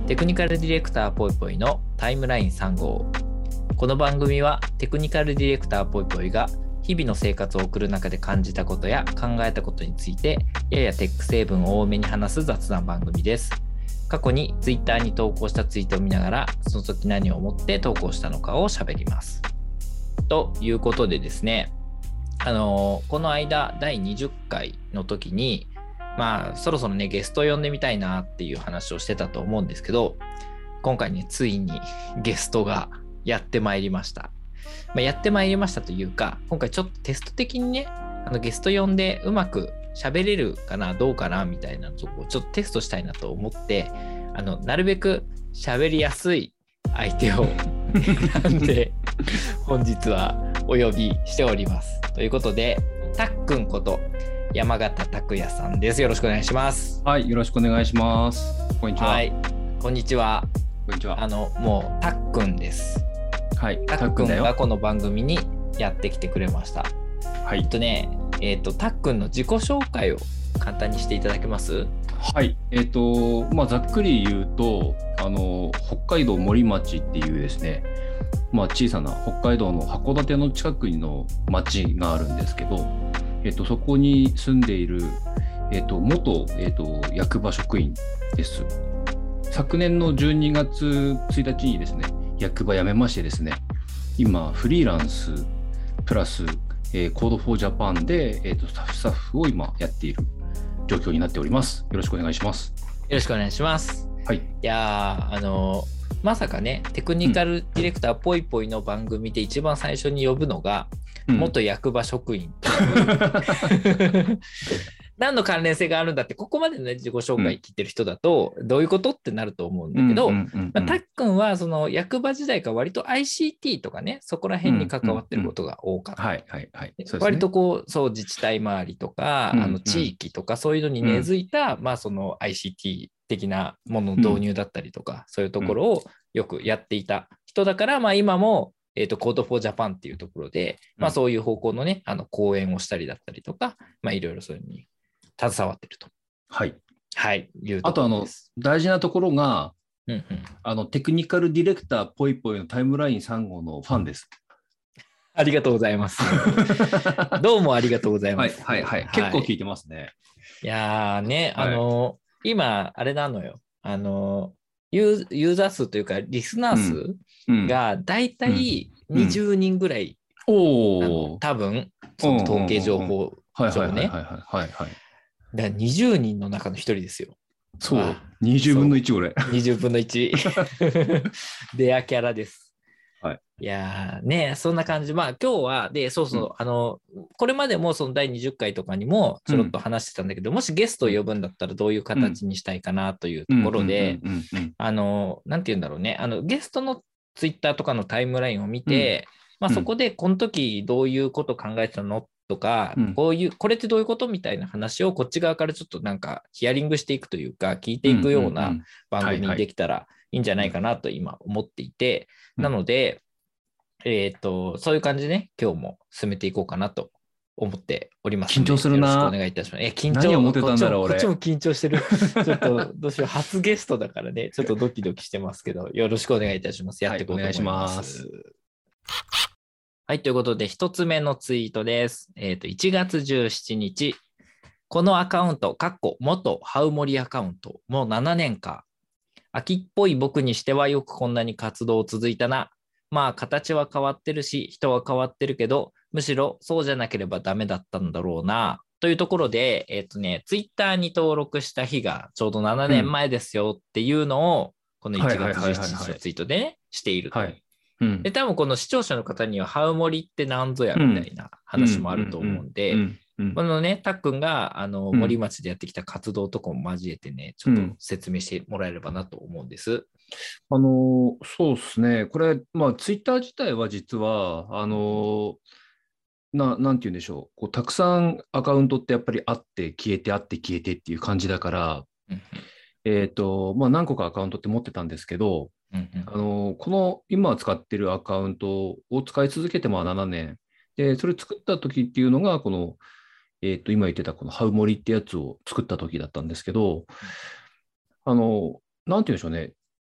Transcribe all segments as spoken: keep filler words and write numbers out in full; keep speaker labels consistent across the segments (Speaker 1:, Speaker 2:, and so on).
Speaker 1: テクニカルディレクターぽいぽいのタイムラインさん号。この番組はテクニカルディレクターぽいぽいが日々の生活を送る中で感じたことや考えたことについてややテック成分を多めに話す雑談番組です。過去にツイッターに投稿したツイートを見ながらその時何を思って投稿したのかを喋ります。ということでですね、あのー、この間だいにじゅっかいの時にまあそろそろねゲスト呼んでみたいなっていう話をしてたと思うんですけど、今回ねついにゲストがやってまいりました。まあ、やってまいりましたというか、今回ちょっとテスト的にねあのゲスト呼んでうまく喋れるかなどうかなみたいなとこをちょっとテストしたいなと思って、あのなるべく喋りやすい相手を選んで本日はお呼びしております。ということでたっくんこと山形拓也さんです。よろしくお願いします。
Speaker 2: はい、よろしくお願いします。こんにちは。
Speaker 1: はい、こんにちは。
Speaker 2: こんにちは。
Speaker 1: あのもうたっくんです。
Speaker 2: はい、
Speaker 1: たっくんがこの番組にやってきてくれました。
Speaker 2: はい。
Speaker 1: えっとね、えっとたっくんの自己紹介を簡単にしていただけます？
Speaker 2: はい。えっとまあざっくり言うと、あの北海道森町っていうですね、まあ小さな北海道の函館の近くの町があるんですけど。えっと、そこに住んでいる、えっと、元、えっと、役場職員です。昨年のじゅうにがつついたちにですね、役場辞めましてですね、今フリーランスプラス、えー、Code for Japan で、えっと、スタッフスタッフを今やっている状況になっております。よろしくお願いします。
Speaker 1: よろしくお願いします。
Speaker 2: はい。い
Speaker 1: やー、あのまさかね、テクニカルディレクターぽいぽいの番組で一番最初に呼ぶのが、うん、元役場職員何の関連性があるんだって、ここまでの、ね、自己紹介聞いてる人だとどういうことってなると思うんだけど、たっくんはその役場時代から割と アイシーティー とかね、そこら辺に関わってることが多かった。割とこう、そう自治体周りとか、うんうん、あの地域とかそういうのに根付いた、うん、まあその アイシーティー 的なものの導入だったりとか、うん、そういうところをよくやっていた人だから、まあ今もえーと、Code for Japan っていうところで、まあ、そういう方向のね、あの講演をしたりだったりとか、まあ、いろいろそういうのに携わってると。
Speaker 2: はい。
Speaker 1: はい。いう
Speaker 2: あと、あの、大事なところが、うんうん、あの、テクニカルディレクターぽいぽいのタイムラインさん号のファンです。
Speaker 1: ありがとうございます。どうもありがとうございます。
Speaker 2: はい、はい、はい。結構聞いてますね。
Speaker 1: いやーね、あの、はい、今、あれなのよ。あの、ユー、ユーザー数というか、リスナー数、うん、がだいたいにじゅうにんぐらい、うんうん、多分その統計情報上ね。だからにじゅうにんの中の一人ですよ。
Speaker 2: そう、にじゅうぶんのいちぐらい。
Speaker 1: にじゅうぶんのいち。レアキャラです。
Speaker 2: はい、
Speaker 1: いやーね、そんな感じ。まあ今日は、で、そうそう、うん、あの、これまでもそのだいにじゅっかいとかにもちょろっと話してたんだけど、うん、もしゲストを呼ぶんだったらどういう形にしたいかなというところで、あの、なんて言うんだろうね、あの、ゲストのツイッターとかのタイムラインを見て、うん、まあそこでこの時どういうこと考えてたのとか、うん、こういう、これってどういうことみたいな話をこっち側からちょっとなんかヒアリングしていくというか、聞いていくような番組にできたらいいんじゃないかなと今思っていて、なので、えっと、そういう感じでね、今日も進めていこうかなと思っております。
Speaker 2: 緊張するな。
Speaker 1: よろしくお願いいたします。え、緊張。
Speaker 2: 何を思ってたんだろう、
Speaker 1: こっちも緊張してる。ちょっと、どうしよう。初ゲストだからね、ちょっとドキドキしてますけど、よろしくお願いいたします。やっていこうと思います。はい、はい、ということで、一つ目のツイートです。えっと、いちがつじゅうしちにち、このアカウント、かっこ元ハウモリアカウント、もうななねんか。秋っぽい僕にしてはよくこんなに活動続いたな。まあ形は変わってるし人は変わってるけどむしろそうじゃなければダメだったんだろうなというところで、えっとね、ツイッターに登録した日がちょうどななねんまえですよっていうのをこのいちがつじゅうしちにちのツイートでねしていると。はいうん、で多分この視聴者の方にはハウモリって何ぞやみたいな話もあると思うんで、このねたっくんがあの森町でやってきた活動とかも交えてねちょっと説明してもらえればなと思うんです。
Speaker 2: あのそうですね、これ、まあ、ツイッター自体は実は、あのななんて言うんでしょう、こうたくさんアカウントってやっぱりあって、消えて、あって、消えてっていう感じだから、えっと、まあ、何個かアカウントって持ってたんですけど、あのこの今使ってるアカウントを使い続けてまあななねん、で、それ作った時っていうのが、この、えっと、今言ってたこのハウモリってやつを作った時だったんですけど、あの、なんて言うんでしょうね、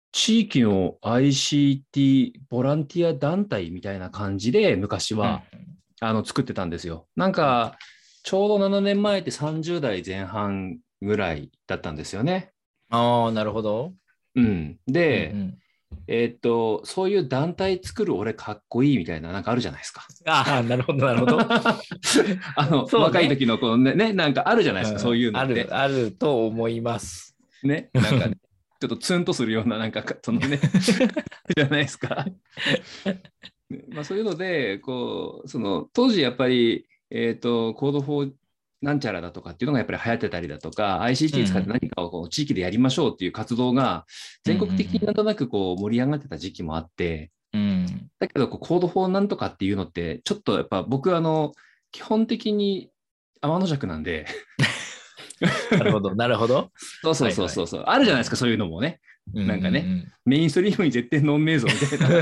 Speaker 2: 地域の アイシーティー ボランティア団体みたいな感じで昔
Speaker 1: うん
Speaker 2: は、あの作ってたんですよ。なんか、ちょうどななねんまえってさんじゅう代前半ぐらいだったんですよね。
Speaker 1: ああ、なるほど。
Speaker 2: うん。
Speaker 1: うんう
Speaker 2: で、
Speaker 1: ん。
Speaker 2: えーっと、そういう団体作る俺かっこいいみたいな、なんかあるじゃないですか。
Speaker 1: ああ、なるほど、なるほど。
Speaker 2: あの、
Speaker 1: そうね。
Speaker 2: 若い時のこのね、ね、なんかあるじゃないですか、そう
Speaker 1: うん、ある、
Speaker 2: いうのって。
Speaker 1: あると思います。
Speaker 2: ね、なんかね、ちょっとツンとするような、なんか、そのね、じゃないですか。まあ、そういうので、こう、その、当時やっぱり、えっと、コードフォーなんちゃらだとかっていうのがやっぱり流行ってたりだとか、
Speaker 1: う
Speaker 2: アイシーティー 使って
Speaker 1: ん
Speaker 2: 何かをこう地域でやりましょうっていう活動が
Speaker 1: うん。うん
Speaker 2: 全国的になんとなくこう盛り上がってた時期もあって、
Speaker 1: うんうん。
Speaker 2: だけどこうコードフォーなんとかっていうのって、ちょっとやっぱ僕、あの、基本的に天の弱なんで、
Speaker 1: なるほど、なるほど。
Speaker 2: そうそう
Speaker 1: はいはい。
Speaker 2: そうそうそう、あるじゃないですか、そういうのもね。
Speaker 1: うんうんう
Speaker 2: なんかね、
Speaker 1: ん。
Speaker 2: メインストリームに絶対乗んねえぞみたいな。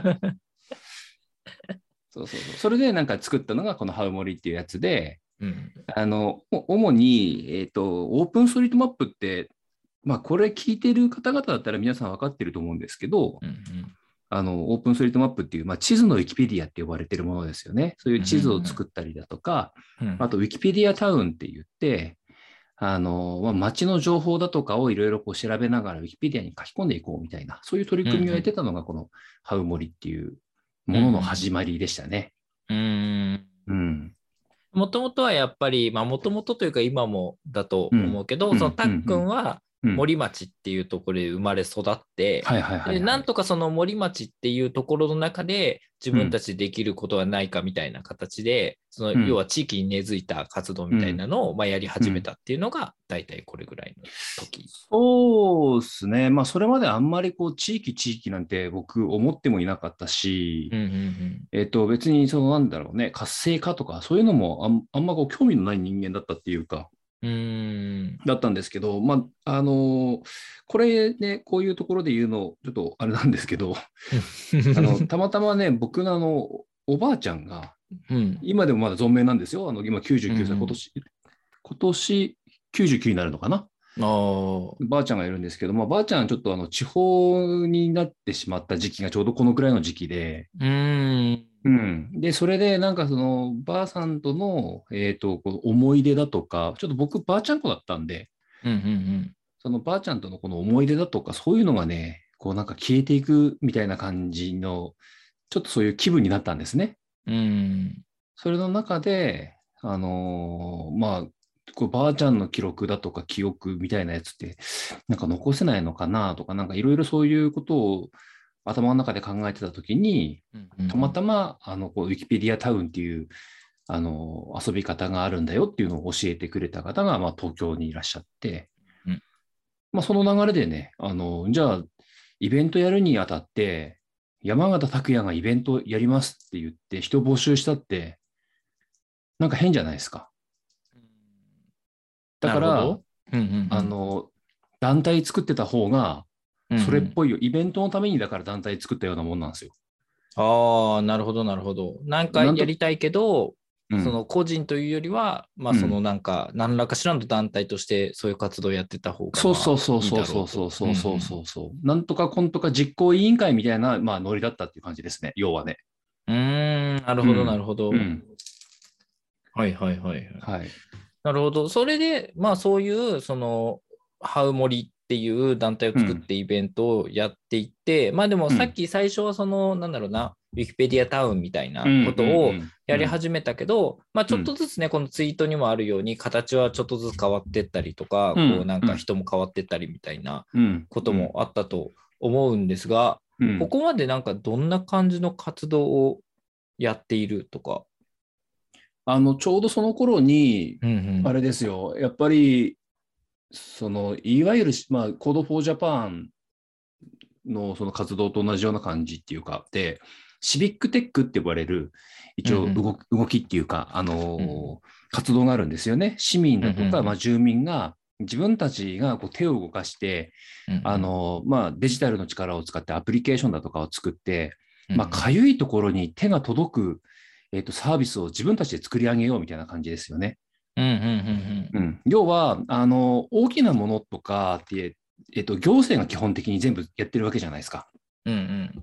Speaker 2: そうそうそう。それでなんか作ったのがこのハウモリっていうやつで、
Speaker 1: うん。
Speaker 2: あの、お主に、えっと、オープンストリートマップって、まあ、これ聞いてる方々だったら皆さん分かってると思うんですけど、
Speaker 1: うんうん
Speaker 2: あの、オープンストリートマップっていう、まあ、地図のウィキペディアって呼ばれてるものですよね。そういう
Speaker 1: うん
Speaker 2: 地図を作ったりだとか、
Speaker 1: うんうん。
Speaker 2: あと、ウィキペディアタウンって言って、あの、まあ、街の情報だとかをいろいろこう調べながらウィキペディアに書き込んでいこうみたいな、そういう取り組みをやってたのが、このハウモリっていうものの始まりでしたね。
Speaker 1: うんうん。
Speaker 2: うん。
Speaker 1: もともとはやっぱり、まあもともとというか今もだと
Speaker 2: うん。
Speaker 1: 思うけど、
Speaker 2: うん。
Speaker 1: そのたっ
Speaker 2: うん。うん。
Speaker 1: くんは
Speaker 2: うん。
Speaker 1: 森町っていうところで生まれ育って、
Speaker 2: はいはいは
Speaker 1: で、
Speaker 2: いはい。
Speaker 1: なんとかその森町っていうところの中で自
Speaker 2: うん。
Speaker 1: 分たちでできることはないかみたいな形で、その
Speaker 2: うん。
Speaker 1: 要は地域に根付いた活動みたい
Speaker 2: うん。
Speaker 1: なのをまあやり
Speaker 2: うん。
Speaker 1: 始めたっていうのが大体これぐらいの時。
Speaker 2: そうですね。まあ、それまであんまりこう、地域地域なんて僕思ってもいなかったし、
Speaker 1: うんうん
Speaker 2: えっと、別にそのなんだろうね、活性化とかそういうのもあん、あんまこう興味のない人間だったっていうか、
Speaker 1: うん。うーん。
Speaker 2: だったんですけど、まあ、あのこれね、こういうところで言うの、ちょっとあれなんですけど、あの、たまたまね、僕のあの、おばあちゃんが、
Speaker 1: うん。
Speaker 2: 今でもまだ存命なんですよ。あの、今
Speaker 1: うんう
Speaker 2: きゅうじゅうきゅうさい、今
Speaker 1: ん。
Speaker 2: 年、今年きゅうじゅうきゅうになるのかな。
Speaker 1: ああ。
Speaker 2: ばあちゃんがいるんですけど、まあ、ばあちゃんはちょっとあの地方になってしまった時期がちょうどこのくらいの時期で、
Speaker 1: うーん。
Speaker 2: うん。で、それでなんかそのばあさんとの、えっと、この思い出だとか、ちょっと僕ばあちゃん子だったんで、
Speaker 1: うんうん
Speaker 2: そのばあちゃんとのこの思い出だとか、そういうのがね、こうなんか消えていくみたいな感じの、ちょっとそういう気分になったんですね。
Speaker 1: うん。うん。
Speaker 2: それの中で、あのーまあ、こうばあちゃんの記録だとか記憶みたいなやつって、なんか残せないのかなとか、なんかいろいろそういうことを頭の中で考えてたときに、
Speaker 1: うんうんう
Speaker 2: たまた
Speaker 1: ん。
Speaker 2: ま、あの、こうウィキペディアタウンっていう、あの、遊び方があるんだよっていうのを教えてくれた方が、まあ、東京にいらっしゃって、
Speaker 1: うん。
Speaker 2: まあ、その流れでね、あの、じゃあ、イベントやるにあたって、山形拓也がイベントやりますって言って人募集したって、なんか変じゃないですか。だから、
Speaker 1: なるほど。うんうん
Speaker 2: あの、団体作ってた方が、
Speaker 1: うん。うんうん。
Speaker 2: それっぽいよ。イベントのためにだから団体作ったようなもんなんですよ。
Speaker 1: ああ、なるほど、なるほど。なんか
Speaker 2: なんと、
Speaker 1: やりたいけど、
Speaker 2: うん、
Speaker 1: その個人というよりは、まあ
Speaker 2: うん。
Speaker 1: そのなんか何らかしらの団体としてそういう活動をやってた方が
Speaker 2: そうそう
Speaker 1: まあいい
Speaker 2: そうそうそ
Speaker 1: だろうと。
Speaker 2: うそうそう
Speaker 1: うんうん。
Speaker 2: そうそうそう。なんとかこんとか実行委員会みたいな、まあ、ノリだったっていう感じですね。要はね。
Speaker 1: うーん、なるほど、なる
Speaker 2: うん。
Speaker 1: ほど。
Speaker 2: うん。
Speaker 1: はいはいはいはい。
Speaker 2: はい。
Speaker 1: なるほど。それで、まあそういう、その、ハウモリっていう団体を
Speaker 2: うん。
Speaker 1: 作ってイベントをやっていって、まあでも
Speaker 2: うん。
Speaker 1: さっき最初はその、なんだろうな、ウィキペディアタウンみたい
Speaker 2: うん。う
Speaker 1: なことを
Speaker 2: ん。
Speaker 1: や
Speaker 2: うん。
Speaker 1: り始めたけど、まあちょっと
Speaker 2: うん。
Speaker 1: ずつね、このツイートにもあるように、形はちょっとずつ変わってったりとか、
Speaker 2: うん。
Speaker 1: こうなん
Speaker 2: うん。
Speaker 1: か人も変わってったりみたいな
Speaker 2: うん。
Speaker 1: こと
Speaker 2: うん。
Speaker 1: もあったと思うんですが、
Speaker 2: うん。
Speaker 1: ここまでなんかどんな感じの活動をやっているとか。
Speaker 2: あの、ちょうどその頃に、
Speaker 1: うんうん。
Speaker 2: あれですよ。やっぱり、その、いわゆる、まあ、Code for Japan のその活動と同じような感じっていうか、で、シビックテックって呼ばれる、一応
Speaker 1: うんうん。
Speaker 2: 動き動きっていうか、あ
Speaker 1: うん
Speaker 2: のー活動があるんですよね。市民
Speaker 1: うん。
Speaker 2: だとか、まあ、
Speaker 1: うん
Speaker 2: 住民が自分たちがこう手を動かして、
Speaker 1: うん。うん
Speaker 2: あのーまあ、デジタルの力を使ってアプリケーションだとかを作って、まあ、
Speaker 1: うん。
Speaker 2: かゆいところに手が届く、えーと、サービスを自分たちで作り上げようみたいな感じですよね。
Speaker 1: うんうんうん
Speaker 2: うん、要は、あの、大きなものとかってえっと、行政が基本的に全部やってるわけじゃないですか。
Speaker 1: うんうん。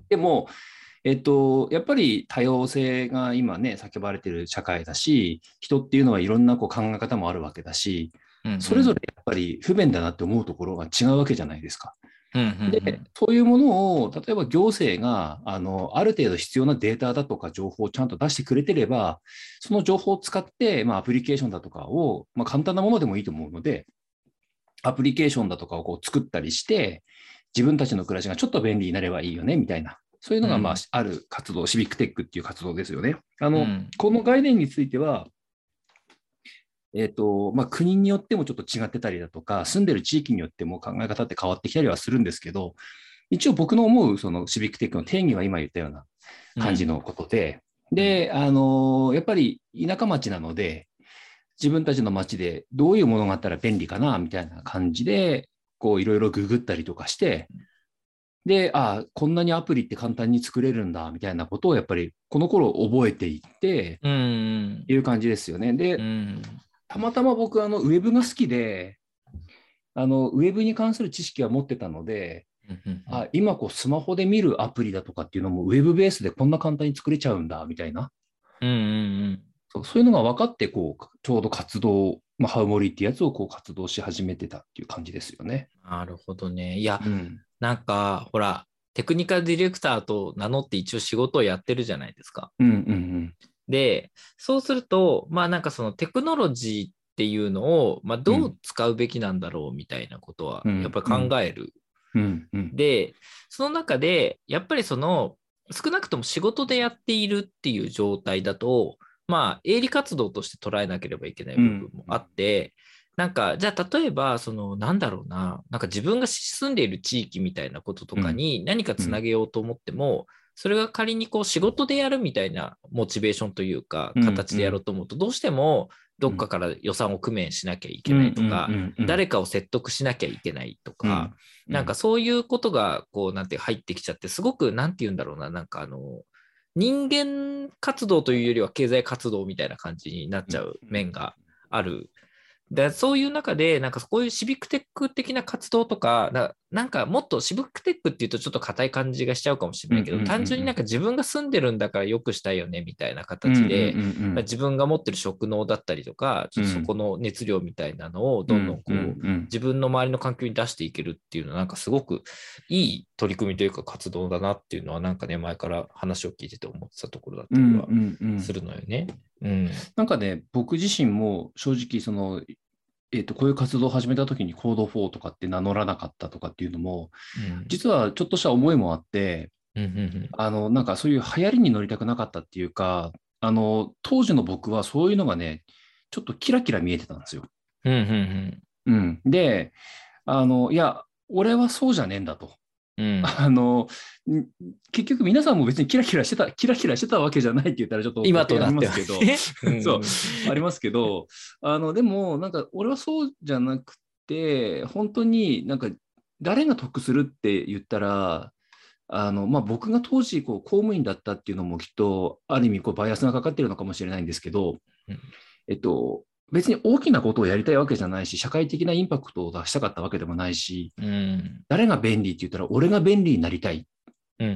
Speaker 2: でも、えっと、やっぱり多様性が今ね、叫ばれてる社会だし、人っていうのはいろんなこう考え方もあるわけだし、
Speaker 1: うんうん。
Speaker 2: それぞれやっぱり不便だなって思うところが違うわけじゃないですか。
Speaker 1: うんうんう
Speaker 2: で、
Speaker 1: ん。
Speaker 2: そういうものを、例えば行政が、あの、ある程度必要なデータだとか情報をちゃんと出してくれてれば、その情報を使って、まあ、アプリケーションだとかを、まあ、簡単なものでもいいと思うので、アプリケーションだとかをこう作ったりして、自分たちの暮らしがちょっと便利になればいいよね、みたいな。そういうのが、まあ、
Speaker 1: うん
Speaker 2: ある活動、シビックテックっていう活動ですよね。あの、
Speaker 1: うん。
Speaker 2: この概念については、えっと、まあ、国によってもちょっと違ってたりだとか、住んでる地域によっても考え方って変わってきたりはするんですけど、一応僕の思うそのシビックテックの定義は今言ったような感じのことで、
Speaker 1: うん
Speaker 2: で、あの、やっぱり田舎町なので、自分たちの町でどういうものがあったら便利かな、みたいな感じで、こういろいろググったりとかして、で、ああ、こんなにアプリって簡単に作れるんだ、みたいなことをやっぱりこの頃覚えていって
Speaker 1: うん。
Speaker 2: いう感じですよね。で、
Speaker 1: うん。
Speaker 2: たまたま僕、あの、ウェブが好きで、あの、ウェブに関する知識は持ってたので、
Speaker 1: うん
Speaker 2: あ、今こうスマホで見るアプリだとかっていうのもウェブベースでこんな簡単に作れちゃうんだ、みたいな。
Speaker 1: うん。
Speaker 2: そう、そういうのが分かって、こう、ちょうど活動、まあ、ハウモリってやつをこう活動し始めてたっていう感じですよね。
Speaker 1: なるほどね。いや、
Speaker 2: うん。
Speaker 1: なんか、ほら、テクニカルディレクターと名乗って一応仕事をやってるじゃないですか。
Speaker 2: うんうん
Speaker 1: で、そうすると、まあなんかそのテクノロジーっていうのを、まあ、
Speaker 2: うん。う
Speaker 1: どうん使うべきなんだろうみたいなことは、やっぱ
Speaker 2: うん
Speaker 1: り考える。
Speaker 2: うんうん
Speaker 1: で、その中で、やっぱりその、少なくとも仕事でやっているっていう状態だと、まあ、営利活動として捉えなければいけない部分もあって、なんか、じゃあ、例えば、その、なんだろうな、なんか自分が住んでいる地域みたいなこととかに何かつなげようと思っても、それが仮にこう仕事でやるみたいなモチベーションというか、形でやろうと思うと、どうしてもどっかから予算を工面しなきゃいけないとか、誰かを説得しなきゃいけないとか、なんかそういうことがこうなんて入ってきちゃって、すごくなんて言うんだろうな、なんかあの、人間活動というよりは経済活動みたいな感じになっちゃう面がある。でそういう中で、なんかこういうシビックテック的な活動とか、ななんかもっとシビックテックっていうとちょっと硬い感じがしちゃうかもしれないけど、単純になんか自分が住んでるんだから良くしたいよねみたいな形で、自分が持ってる職能だったりとか、ちょっとそこの熱量みたいなのをどんどんこう、自分の周りの環境に出していけるっていうのは、なんかすごくいい取り組みというか活動だなっていうのは、なんかね、前から話を聞いてて思ってたところだったりはするのよね。うん、
Speaker 2: なんかね、僕自身も正直その、えー、とこういう活動を始めたときにコードフォーとかって名乗らなかったとかっていうのも、うん、実はちょっとした思いもあって、うんうんうん、あのなんかそういう流行りに乗りたくなかったっていうか、あの当時の僕はそういうのがね、ちょっとキラキラ見えてたんですよ。
Speaker 1: うんうん
Speaker 2: うん、であの、いや、俺はそうじゃねえんだと。うん、あの結局皆さんも別にキラキラしてたキラキラしてたわけじゃないって言ったらちょっと
Speaker 1: 今とな
Speaker 2: ってますけどそうありますけど、あのでもなんか俺はそうじゃなくて、本当になんか誰が得するって言ったら、あのまあ、僕が当時こう公務員だったっていうのもきっとある意味こうバイアスがかかってるのかもしれないんですけど、うん、えっと別に大きなことをやりたいわけじゃないし、社会的なインパクトを出したかったわけでもないし、うん、誰が便利って言ったら俺が便利になりたい。うんうんうん、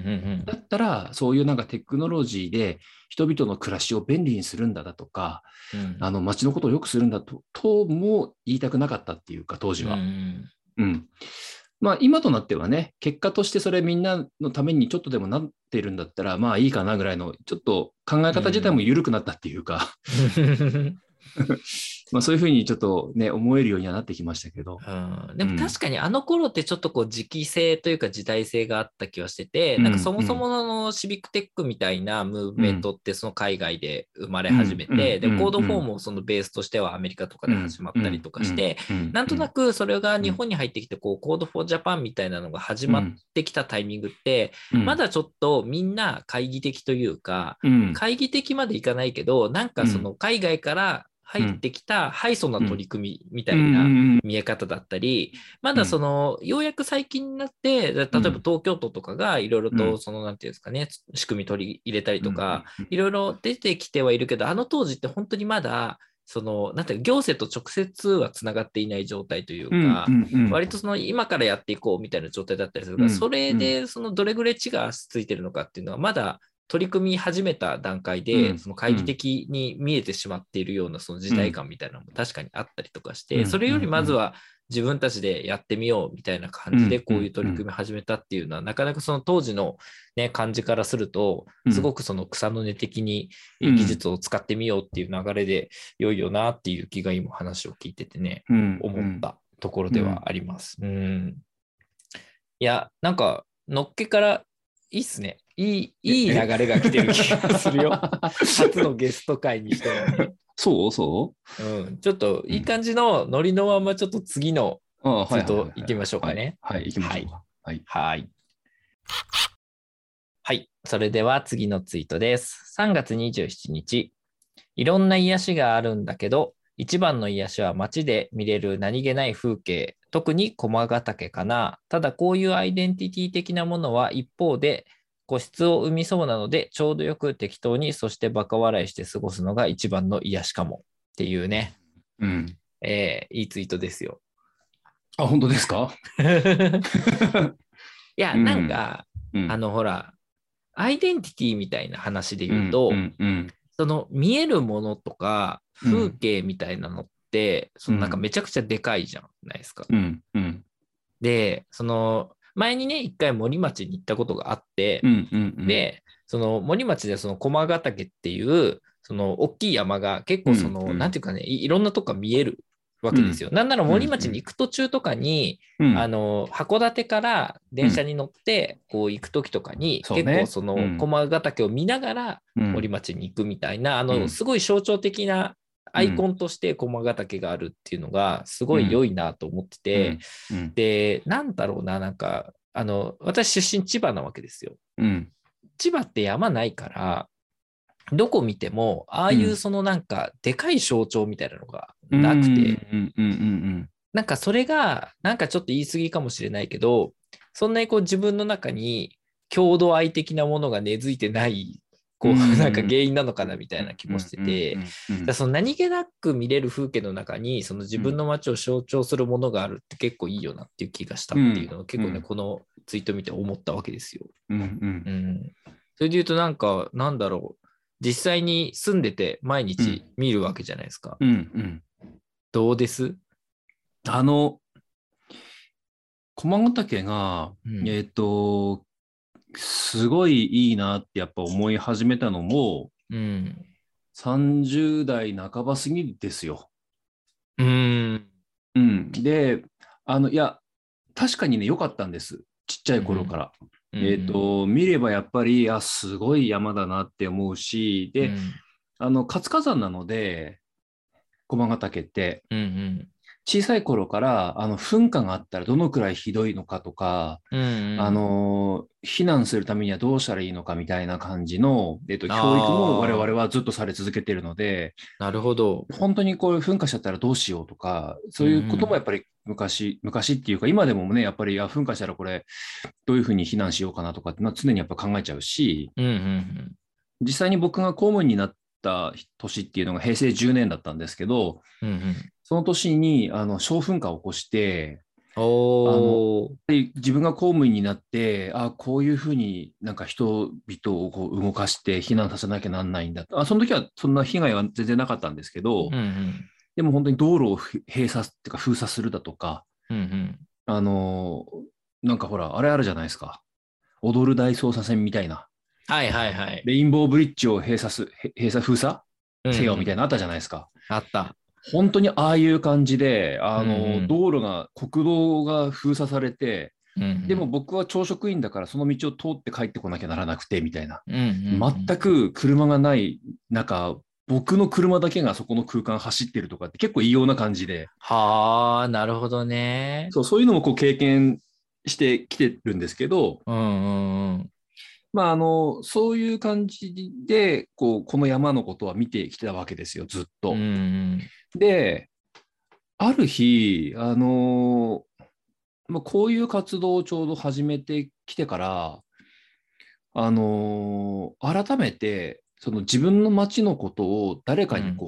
Speaker 2: だったらそういうなんかテクノロジーで人々の暮らしを便利にするんだだとか、うん、あの街のことを良くするんだと、とも言いたくなかったっていうか当時は。うんうん、まあ今となってはね、結果としてそれみんなのためにちょっとでもなっているんだったらまあいいかなぐらいの、ちょっと考え方自体も緩くなったっていうか、うんまあそういうふうにちょっとね、思えるようにはなってきましたけど。
Speaker 1: うん、でも確かにあの頃ってちょっとこう時期性というか時代性があった気はしてて、うん、なんかそもそものシビックテックみたいなムーブメントってその海外で生まれ始めて、うん、で、コードフォーもそのベースとしてはアメリカとかで始まったりとかして、なんとなくそれが日本に入ってきてこうコードフォージャパンみたいなのが始まってきたタイミングって、まだちょっとみんな懐疑的というか、懐疑的までいかないけど、なんかその海外から入ってきたハイソな取り組みみたいな見え方だったり、まだそのようやく最近になって、例えば東京都とかがいろいろとそのなんていうんですかね、仕組み取り入れたりとかいろいろ出てきてはいるけど、あの当時って本当にまだそのなんていうか行政と直接はつながっていない状態という
Speaker 2: うん
Speaker 1: か、
Speaker 2: うんうん
Speaker 1: 割とその今からやっていこうみたいな状態だったりするから、
Speaker 2: うん
Speaker 1: それでそのどれぐらい地が足ついてるのかっていうのはまだ取り組み始めた段階
Speaker 2: う
Speaker 1: で、
Speaker 2: ん
Speaker 1: その懐疑的に見えてしまっているようなその時代感みたいなのも確かにあったりとかして、
Speaker 2: うん
Speaker 1: それよりまずは自分たちでやってみようみたいな感じでこういう取り組み始めたっていうのは、なかなかその当時の、ね、感じからすると、すごくその草の根的に技術を使ってみようっていう流れで良いよなっていう気が今話を聞いててね、思ったところではあります。うん、いや、なんか、のっけからいいっすね。いい、いい流れが来てる気がするよ。初のゲスト会にしてはね。
Speaker 2: そうそう、
Speaker 1: うん、ちょっといい感じのノリのままちょっと次のツイート行ってみましょうかね。
Speaker 2: はい、行きましょうか。
Speaker 1: はい。はい。はい。それでは次のツイートです。さんがつにじゅうしちにち。いろんな癒しがあるんだけど、一番の癒しは街で見れる何気ない風景、特に駒ヶ岳かな。ただこういうアイデンティティ的なものは一方で個室を生みそうなので、ちょうどよく適当に、そしてバカ笑いして過ごすのが一番の癒しかもっていうね。
Speaker 2: うん。
Speaker 1: えー、いいツイートですよ。
Speaker 2: あ、本当ですか？
Speaker 1: いや、なんか、
Speaker 2: うん、
Speaker 1: あの、ほら、アイデンティティみたいな話で言うと、
Speaker 2: うんうんうん、
Speaker 1: その見えるものとか風景みたいなのって、うん、そのなんかめちゃくちゃでかいじゃないですか。
Speaker 2: うんうん、
Speaker 1: で、その前にね、一回森町に行ったことがあって、
Speaker 2: うんうんうん、
Speaker 1: で、その森町でその駒ヶ岳っていう、その大きい山が結構その、うんうん、なんていうかね、いろんなとこが見えるわけですよ。うん、なんなら森町に行く途中とかに、うん、あの函館から電車に乗ってこう行く時とかに、うん、結構その駒ヶ岳を見ながら森町に行くみたいな、うん、あのすごい象徴的なアイコンとして駒ヶ岳があるっていうのがすごい良いなと思ってて、うんうん、で、なんだろうな、なんかあの私出身千葉なわけですよ。うん、千葉って山ないから、どこ見てもああいうそのなんかでかい象徴みたいなのがなくて、なんかそれがなんかちょっと言い過ぎかもしれないけど、そんなにこう自分の中に郷土愛的なものが根付いてないこうなんか原因なのかなみたいな気もしてて、だその何気なく見れる風景の中にその自分の街を象徴するものがあるって結構いいよなっていう気がしたっていうのを結構ね、このツイート見て思ったわけですよ。うんうんうん、それで言うとなんかなんだろう、実際に住んでて毎日見るわけじゃないですか。うんうん、どうです？
Speaker 2: あの駒ヶ岳が、うん、えっとすごいいいなってやっぱ思い始めたのも、うん、さんじゅう代半ば過ぎですよ。うん、うん、で、あのいや確かにね良かったんです。ちっちゃい頃から。うん、えっと見ればやっぱりあすごい山だなって思うし、で、うん、あの活火山なので駒ヶ岳って。うんうん、小さい頃からあの噴火があったらどのくらいひどいのかとか、うんうん、あの避難するためにはどうしたらいいのかみたいな感じの、えっと、教育も我々はずっとされ続けているので、
Speaker 1: なるほど。
Speaker 2: 本当にこういう噴火しちゃったらどうしようとか、そういうこともやっぱり昔、うん、昔っていうか今でもね、やっぱりあ噴火したらこれどういうふうに避難しようかなとかって、まあ、常にやっぱ考えちゃうし、うんうんうん、実際に僕が公務員になった年っていうのが平成じゅうねんだったんですけど、うんうん、その年にあの小噴火を起こして、おあの自分が公務員になってあこういうふうになんか人々をこう動かして避難させなきゃなんないんだと。あその時はそんな被害は全然なかったんですけど、うんうん、でも本当に道路を閉鎖っていうか封鎖するだとか、うんうん、あのなんかほらあれあるじゃないですか、踊る大捜査線みたいな、
Speaker 1: はいはいはい、
Speaker 2: レインボーブリッジを閉鎖す閉鎖封鎖せよみたいなのあったじゃないですか、
Speaker 1: うんうん、あった。
Speaker 2: 本当にああいう感じで、あの、うんうん、道路が、国道が封鎖されて、うんうん、でも僕は教職員だからその道を通って帰ってこなきゃならなくて、みたいな。うんうんうん、全く車がない中、僕の車だけがそこの空間走ってるとかって結構異様な感じで。
Speaker 1: はあ、なるほどね。
Speaker 2: そう、そういうのもこう経験してきてるんですけど、
Speaker 1: うんうんうん、
Speaker 2: まあ、あの、そういう感じで、こう、この山のことは見てきてたわけですよ、ずっと。うんうんで、ある日、あのーまあ、こういう活動をちょうど始めてきてから、あのー改めてその自分の町のことを誰かにこう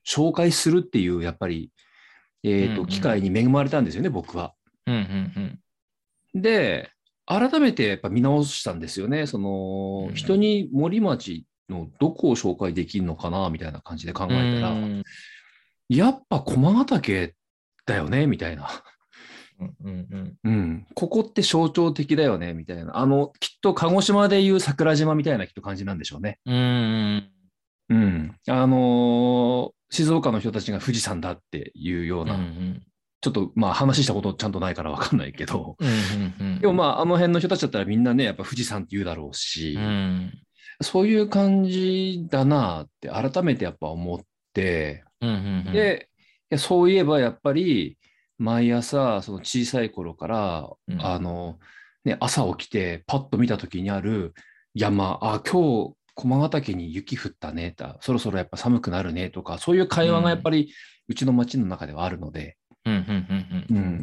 Speaker 2: 紹介するっていうやっぱり、えーと、機会に恵まれたんですよね、僕は。
Speaker 1: うんうん
Speaker 2: うん、で、改めてやっぱ見直したんですよね。その、うん、人に森町のどこを紹介できるのかなみたいな感じで考えたら、うん、やっぱ駒ヶ岳だよねみたいな。うんうんうん、ここって象徴的だよねみたいな。あの、きっと鹿児島でいう桜島みたいなきっと感じなんでしょうね。うん、うん。あのー、静岡の人たちが富士山だっていうような、うんうん、ちょっとまあ話したことちゃんとないから分かんないけど、うんうんうん、でもまああの辺の人たちだったらみんなね、やっぱ富士山って言うだろうし、うん、そういう感じだなって改めてやっぱ思って、うんうんうん、で、そういえばやっぱり毎朝その小さい頃から、うん、あの、ね、朝起きてパッと見た時にある山、あ、今日駒ヶ岳に雪降ったね、そろそろやっぱ寒くなるねとか、そういう会話がやっぱりうちの町の中ではあるので、うん、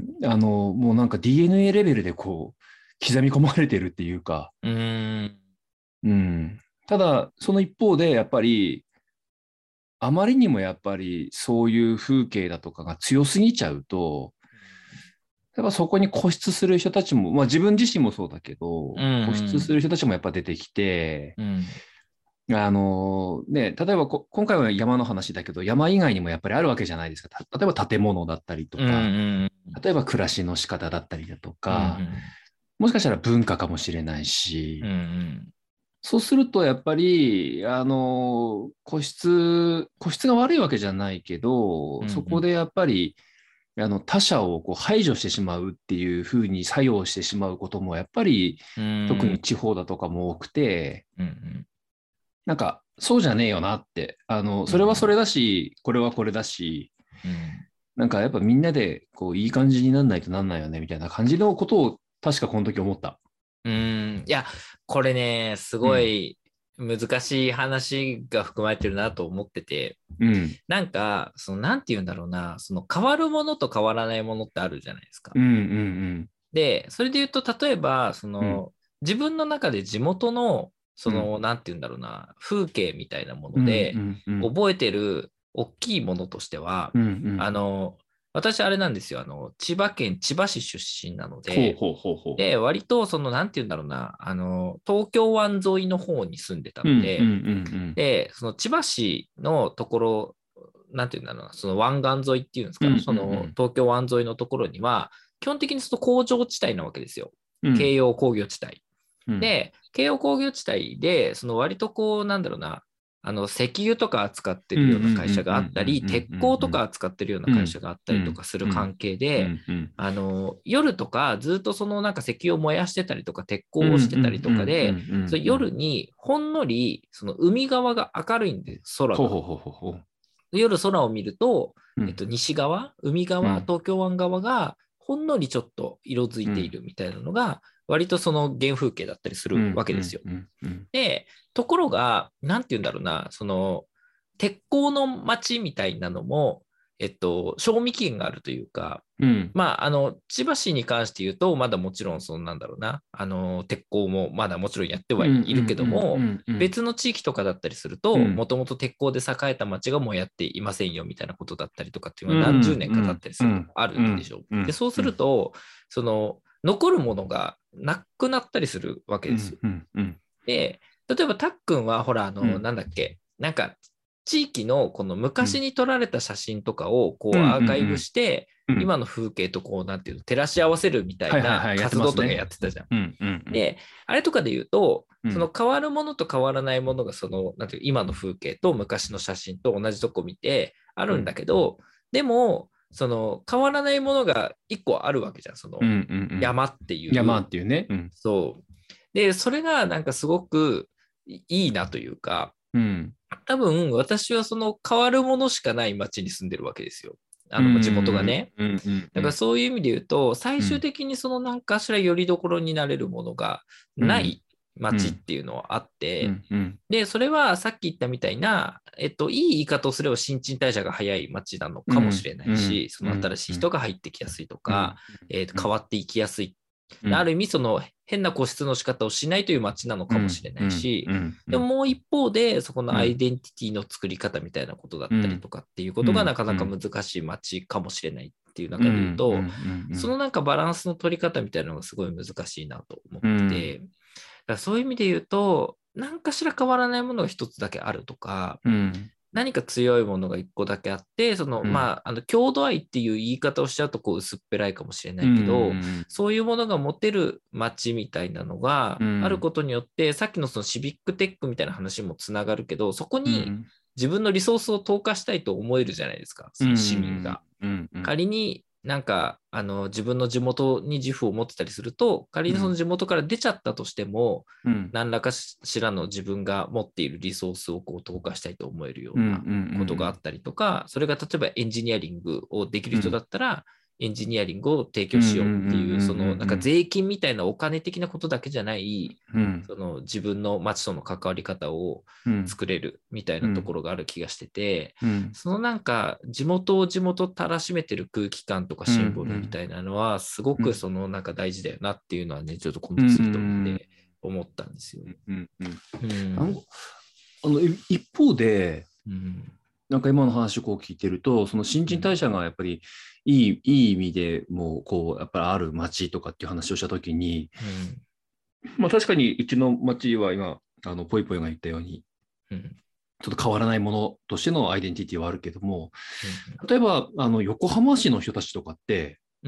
Speaker 2: あの、もうなんか ディーエヌエー レベルでこう、刻み込まれてるっていうか、うん、うん、ただ、その一方で、やっぱり、あまりにもやっぱりそういう風景だとかが強すぎちゃうと、やっぱそこに固執する人たちも、まあ自分自身もそうだけど、うんうん、固執する人たちもやっぱ出てきて、うん、あのね、例えばこ今回は山の話だけど、山以外にもやっぱりあるわけじゃないですか。例えば建物だったりとか、うんうん、例えば暮らしの仕方だったりだとか、うんうん、もしかしたら文化かもしれないし、うんうん、そうするとやっぱり、あの個室、個室が悪いわけじゃないけど、うんうん、そこでやっぱり、あの他者をこう排除してしまうっていうふうに作用してしまうこともやっぱり、うん、特に地方だとかも多くて、うんうん、なんかそうじゃねえよなって、あのそれはそれだし、うん、これはこれだし、うん、なんかやっぱみんなでこういい感じになんないとなんないよねみたいな感じのことを確かこの時思った。
Speaker 1: うん、いやこれねすごい難しい話が含まれてるなと思ってて、うん、なんかそのなんて言うんだろうな、その変わるものと変わらないものってあるじゃないですか。うんうんうん、でそれで言うと例えばその、うん、自分の中で地元のその、うん、なんて言うんだろうな、風景みたいなもので、うんうんうん、覚えてる大きいものとしては、うんうん、あの私あれなんですよ、あの千葉県千葉市出身なので、ほうほうほうほう、で割とそのなんて言うんだろうな、あの東京湾沿いの方に住んでたので、うんうんうんうん、でその千葉市のところ、なんて言うんだろうな、その湾岸沿いっていうんですか、うんうんうん、その東京湾沿いのところには基本的にその工場地帯なわけですよ、うん、京葉工業地帯、うん、で京葉工業地帯でその割とこうなんだろうな、あの石油とか扱ってるような会社があったり、鉄鋼とか扱ってるような会社があったりとかする関係で、あの夜とかずっとそのなんか石油を燃やしてたりとか鉄鋼をしてたりとかで、夜にほんのりその海側が明るいんで空が。ほうほうほうほう、夜空を見ると、えっと、西側、海側、東京湾側がほんのりちょっと色づいているみたいなのが、割とその原風景だったりするわけですよ。で、ところが、なんて言うんだろうな、その、鉄鋼の街みたいなのも、えっと、賞味期限があるというか、うん、まあ、あの、千葉市に関して言うと、まだもちろん、そのなんだろうな、あの、鉄鋼もまだもちろんやってはいるけども、別の地域とかだったりすると、もともと鉄鋼で栄えた町がもうやっていませんよみたいなことだったりとかっていうのは何十年か経ったりするとあるんでしょう。で、そうすると、その、残るものがなくなったりするわけですよ。うんうんうん、で、例えばたっくんは、ほら、あの、うん、なんだっけ、なんか、地域のこの昔に撮られた写真とかをこうアーカイブして、今の風景とこう、なんていうの、照らし合わせるみたいな活動とかやってたじゃん。で、あれとかで言うと、その変わるものと変わらないものが、その、なんていう今の風景と昔の写真と同じとこ見てあるんだけど、でも、その変わらないものが一個あるわけじゃん、その山っていう。
Speaker 2: 山っていうね。
Speaker 1: うん、そう。で、それがなんかすごくいいなというか、うん、多分私はその変わるものしかない町に住んでるわけですよ。あの地元がね。だからそういう意味で言うと、最終的にその何かしらよりどころになれるものがない町っていうのはあって、うんうん、で、それはさっき言ったみたいな、えっと、いい言い方をすれば新陳代謝が早い町なのかもしれないし、うん、その新しい人が入ってきやすいとか、うん、えーと、変わっていきやすい
Speaker 2: うん、
Speaker 1: ある意味その変な固執の仕方をしないという街なのかもしれないし、
Speaker 2: うんうんうん
Speaker 1: でももう一方でそこのアイ
Speaker 2: うん
Speaker 1: デンティティの作り方みたいなことだったりとかっていうこ
Speaker 2: うん
Speaker 1: とがなかなか
Speaker 2: うん
Speaker 1: 難しい街かもしれないっていう
Speaker 2: うん
Speaker 1: 中で言うと、
Speaker 2: うんうん
Speaker 1: そのなんかバランスの取り方みたいなのがすごい難しいなと思っ
Speaker 2: うん
Speaker 1: てて、だからそういう意味で言うと、何かしら変わらないものが一つだけあるとか、
Speaker 2: うん
Speaker 1: 何か強いものが一個だけあって、その、
Speaker 2: うん
Speaker 1: まあ、あの、郷土愛っていう言い方をしちゃうと、こう、薄っぺらいかもしれな
Speaker 2: う
Speaker 1: いけど、
Speaker 2: ん
Speaker 1: そういうものが持てる街みたいなのがあることによって、さっきのそのシビックテックみたいな話もつながるけど、そこに
Speaker 2: うん
Speaker 1: 自分のリソースを投下したいと思えるじゃないですか、その市民が。
Speaker 2: うん
Speaker 1: 仮になんかあの自分の地元に自負を持ってたりすると、仮にその地元から出ちゃったとしても、
Speaker 2: うん
Speaker 1: 何らかしらの自分が持っているリソースをこう投下したいと思えるようなことがあったりとか、それが例えばエンジニアリングをできる人だったら、エンジニアリングを提供しようっていう、そのなんか税金みたいなお金的なことだけじゃない、その自分の街との関わり方を作れるみたいなところがある気がしてて、そのなんか地元を地元たらしめてる空気感とかシンボルみたいなのはすごくそのなんか大事だよなっていうのはね、ちょっとコンテストを見て思ったんですよ。
Speaker 2: あの一方で、
Speaker 1: うん
Speaker 2: なんか今の話をこう聞いてると、その新陳代謝がやっぱりいい、いい意味でもうこうやっぱりある町とかっていう話をしたときに、うん、まあ確かにうちの町は今あのポイポイが言ったように、うん、ちょっと変わらないものとしてのアイデンティティはあるけども、うん、例えばあの横浜市の人たちとかって、うん、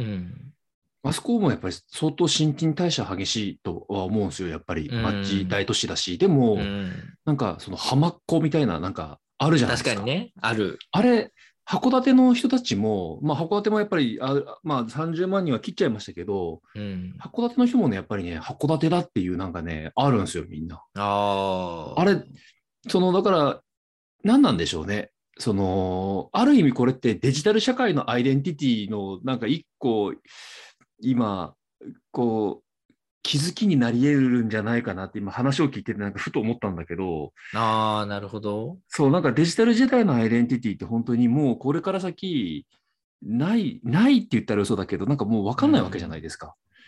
Speaker 2: あそこもやっぱり相当新陳代謝激しいとは思うんですよ、やっぱり町大都市だし、うん、でも、うん、なんかその浜っ子みたいななんかあるじゃないですか。
Speaker 1: 確かにね、ある。
Speaker 2: あれ、函館の人たちも、まあ、函館もやっぱりあ、まあ、さんじゅうまんにんは切っちゃいましたけど、うん、函館の人もね、やっぱりね、函館だっていうなんかね、あるんですよ、みんな。
Speaker 1: あ
Speaker 2: あれ、その、だから、何なんでしょうね。その、ある意味これってデジタル社会のアイデンティティのなんか一個、今、こう、気づきになり得るんじゃないかなって今話を聞いててなんかふと思ったんだけど。
Speaker 1: ああ、なるほど。
Speaker 2: そう、なんかデジタル時代のアイデンティティって本当にもうこれから先、ない、ないって言ったら嘘だけど、なんかもう分かんないわけじゃないですか。
Speaker 1: うん。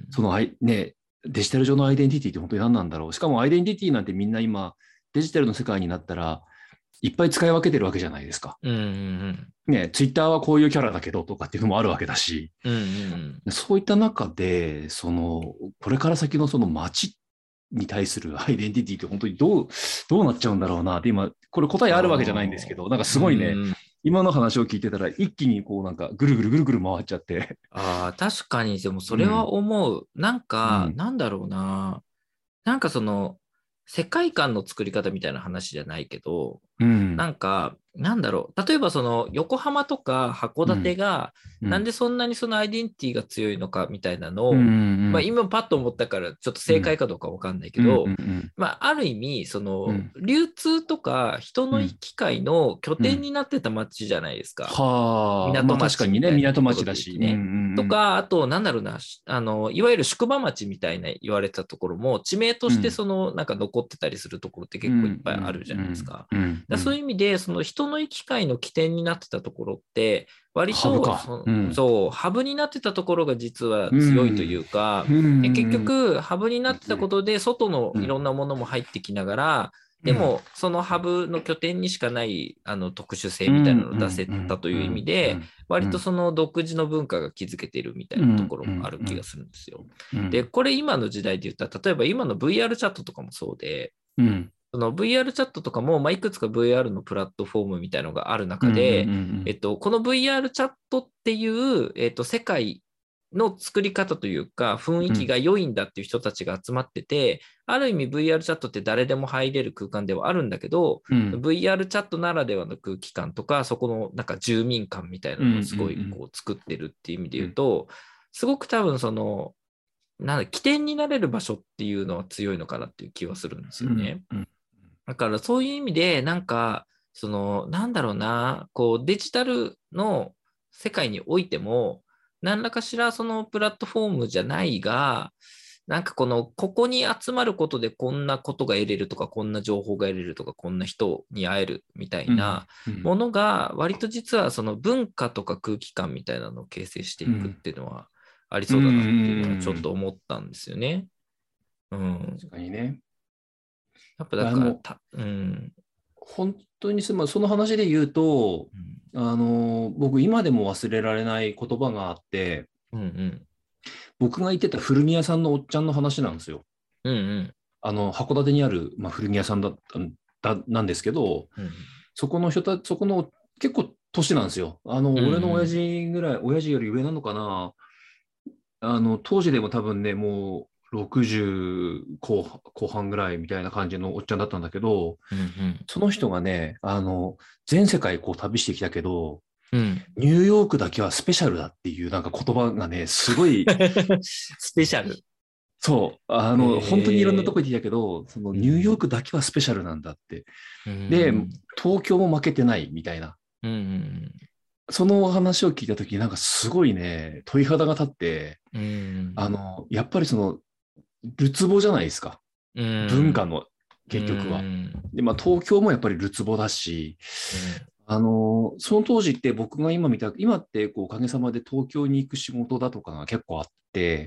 Speaker 2: そのアイ、ね、デジタル上のアイデンティティって本当に何なんだろう。しかもアイデンティティなんてみんな今、デジタルの世界になったら、いっぱい使い分けてるわけじゃないですか。
Speaker 1: うんうんうん
Speaker 2: ね、ツイッターはこういうキャラだけどとかっていうのもあるわけだし、
Speaker 1: うんうんうん、
Speaker 2: そういった中で、その、これから先のその街に対するアイデンティティって本当にどう、どうなっちゃうんだろうなって今、これ答えあるわけじゃないんですけど、なんかすごいね、今の話を聞いてたら一気にこうなんかぐるぐるぐるぐる回っちゃって。
Speaker 1: ああ、確かに、でもそれは思う。うん、なんか、うん、なんだろうな。なんかその、世界観の作り方みたいな話じゃないけど、うん、なんか、なんだろう。例えばその横浜とか函館が、なんでそんなにそのアイデンティティが強いのかみたいなのを、うんうん、まあ今パッと思ったからちょっと正解かどうかわかんないけど、うんうんうん、まあある意味、その、うん、流通とか人の行き交いの拠点になってた街じゃないですか。
Speaker 2: はあ、
Speaker 1: 港町みたいな、
Speaker 2: まあ、確かにね、港町だし。
Speaker 1: ね、うんうんうん、とか、あと、なんだろうな、あの、いわゆる宿場町みたいな言われてたところも、地名としてその、なんか残ってたりするところって結構いっぱいあるじゃないですか。うんうんうんうん、そういう意味で、その人の行き交いの起点になってたところって、割と
Speaker 2: ハブか、
Speaker 1: うん、そうハブになってたところが実は強いというか、うん、結局ハブになってたことで外のいろんなものも入ってきながら、うん、でもそのハブの拠点にしかないあの特殊性みたいなのを出せたという意味で、割とその独自の文化が築けているみたいなところもある気がするんですよ。でこれ今の時代で言ったら、例えば今の ブイアール チャットとかもそうで、うんその ブイアール チャットとかも、まあ、いくつか ブイアール のプラットフォームみたいなのがある中で、うんうんうんうんえっと、この ブイアール チャットっていう、えっと、世界の作り方というか、雰囲気が良いんだっていう人たちが集まってて、うん、ある意味 ブイアール チャットって誰でも入れる空間ではあるんだけど、うん、ブイアール チャットならではの空気感とか、そこのなんか住民感みたいなのをすごいこう作ってるっていう意味で言うと、すごく多分その、なんだ起点になれる場所っていうのは強いのかなっていう気はするんですよね。うんうんだからそういう意味で、なんか、その、なんだろうな、こう、デジタルの世界においても、何らかしらそのプラットフォームじゃないが、なんかこの、ここに集まることでこんなことが得れるとか、こんな情報が得れるとか、こんな人に会えるみたいなものが、割と実はその文化とか空気感みたいなのを形成していくっていうのはありそうだなっていうのはちょっと思ったんですよね。うん。
Speaker 2: 確かにね。
Speaker 1: やっぱだからた、うん。
Speaker 2: 本当にそのその話で言うと、
Speaker 1: うん、
Speaker 2: あの、僕今でも忘れられない言葉があって、
Speaker 1: うんうん
Speaker 2: 僕が言ってた古着屋さんのおっちゃんの話なんですよ。
Speaker 1: うんうん
Speaker 2: あの、函館にある、まあ、古着屋さんだっただなんですけど、
Speaker 1: うん
Speaker 2: そこの人たそこの結構年なんですよ。あの、
Speaker 1: うん
Speaker 2: 俺の親父ぐらい、親父より上なのかな。あの、当時でも多分ね、もうろくじゅう後半後半ぐらいみたいな感じのおっちゃんだったんだけど、
Speaker 1: うん
Speaker 2: その人がね、あの、全世界こう旅してきたけど、
Speaker 1: うん。
Speaker 2: ニューヨークだけはスペシャルだっていうなんか言葉がね、すごい、
Speaker 1: スペシャル。
Speaker 2: そう、あの、本当にいろんなとこ
Speaker 1: へえ。
Speaker 2: 行ってきたけど、その
Speaker 1: う
Speaker 2: ニューヨー
Speaker 1: ん
Speaker 2: クだけはスペシャルなんだって。
Speaker 1: う
Speaker 2: で、
Speaker 1: ん
Speaker 2: 東京も負けてないみたいな。
Speaker 1: うんうん
Speaker 2: その話を聞いたとき、なんかすごいね、鳥肌が立って、
Speaker 1: うん
Speaker 2: あの、やっぱりその、るつぼじゃないですか。
Speaker 1: うんうん
Speaker 2: 文化の、
Speaker 1: う
Speaker 2: 結局は。
Speaker 1: ん
Speaker 2: で、まあ、東京もやっぱりるつぼだし、あの、その当時って僕が今見た、今ってこうおかげさまで東京に行く仕事だとかが結構あって、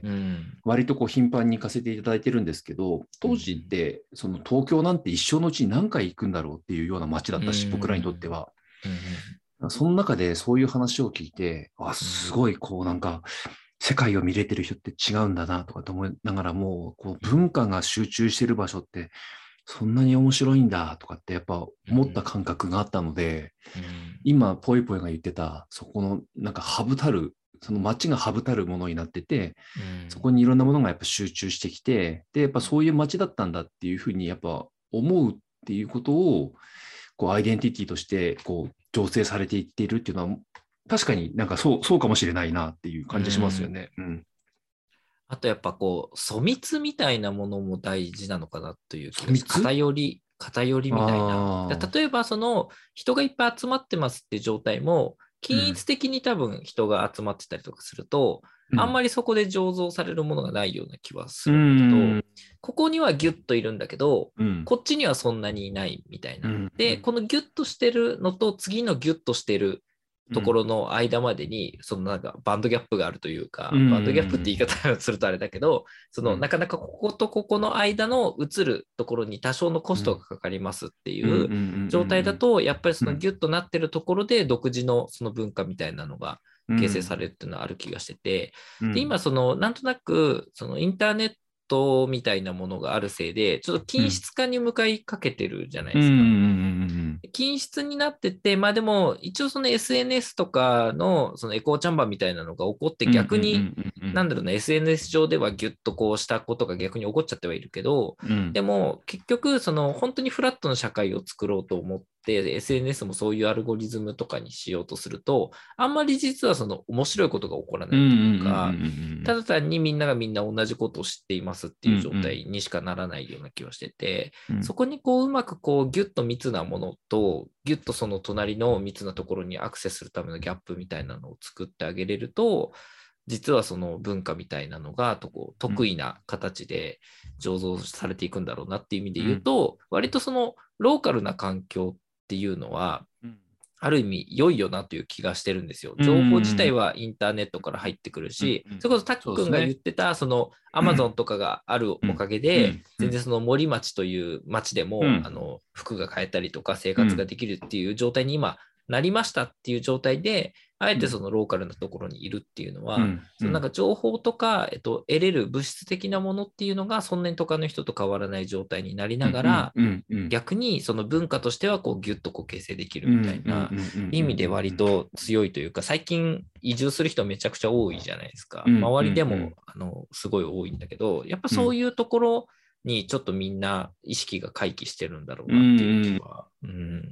Speaker 1: うん
Speaker 2: 割とこう頻繁に行かせていただいてるんですけど、当時ってその東京なんて一生のうちに何回行くんだろうっていうような街だったし、僕らにとっては。その中でそういう話を聞いて、あ、すごいこうなんか、世界を見れてる人って違うんだなとかと思いながらも、こう文化が集中してる場所ってそんなに面白いんだとかってやっぱ思った感覚があったので、今、ぽいぽいが言ってた、そこのなんかハブたる、その街がハブたるものになってて、そこにいろんなものがやっぱ集中してきて、で、やっぱそういう街だったんだっていうふうにやっぱ思うっていうことを、こうアイデンティティとしてこう醸成されていっているっていうのは、確かになんかそう、そうかもしれないなっていう感じしますよね。うん。
Speaker 1: あとやっぱこう、粗密みたいなものも大事なのかなという気がし
Speaker 2: 粗密
Speaker 1: 偏り、偏りみたいな。
Speaker 2: あ
Speaker 1: 例えばその人がいっぱい集まってますって状態も、均一的に多分人が集まってたりとかすると、
Speaker 2: うん、
Speaker 1: あんまりそこで醸造されるものがないような気はす
Speaker 2: う
Speaker 1: るんだけど、
Speaker 2: ん、
Speaker 1: ここにはギュッといるんだけど、
Speaker 2: うん、
Speaker 1: こっちにはそんなにいないみたいな。
Speaker 2: うん、
Speaker 1: で、このギュッとしてるのと次のギュッとしてるところの間までに、そのなんかバンドギャップがあるというか、
Speaker 2: うん、
Speaker 1: バンドギャップって言い方をするとあれだけど、その
Speaker 2: うん
Speaker 1: なかなかこことここの間の移るところに多少のコストがかかりますっていう状態だと、やっぱりそのギュッとなってるところで独自のその文化みたいなのが形成されるっていうのはある気がしてて、で今そのなんとなくそのインターネットみたいなものがあるせいで、ちょっと均質化に向かいかけてるじゃないですか。均質になってて、まあでも一応その エスエヌエス とかのそのエコーチャンバーみたいなのが起こって逆に、なんだろうな、エスエヌエス 上ではギュッとこうしたことが逆に起こっちゃってはいるけど、でも結局その本当にフラットな社会を作ろうと思って、エスエヌエス もそういうアルゴリズムとかにしようとすると、あんまり実はその面白いことが起こらないというか、ただ単にみんながみんな同じことを知っていますっていう状態にしかならないような気はしてて、そこにこううまくこうギュッと密なものと、ギュッとその隣の密なところにアクセスするためのギャップみたいなのを作ってあげれると、実はその文化みたいなのがとこ得意な形で醸造されていくんだろうなっていう意味で言うと、割とそのローカルな環境っていうのは、ある意味良いよなという気がしてるんですよ。情報自体はインターネットから入ってくるし、それこそタック君が言ってた、そのアマゾンとかがあるおかげで、全然その森町という町でも、あの服が買えたりとか生活ができるっていう状態に今なりましたっていう状態で、あえてそのローカルなところにいるっていうのは、そのなんか情報とか、えっと、得れる物質的なものっていうのがそんなに都会の人と変わらない状態になりながら、逆にその文化としてはこうギュッとこう形成できるみたいな意味で割と強いというか、最近移住する人めちゃくちゃ多いじゃないですか。周りでもあのすごい多いんだけど、やっぱそういうところにちょっとみんな意識が回帰してるんだろうなっていう気は、うん、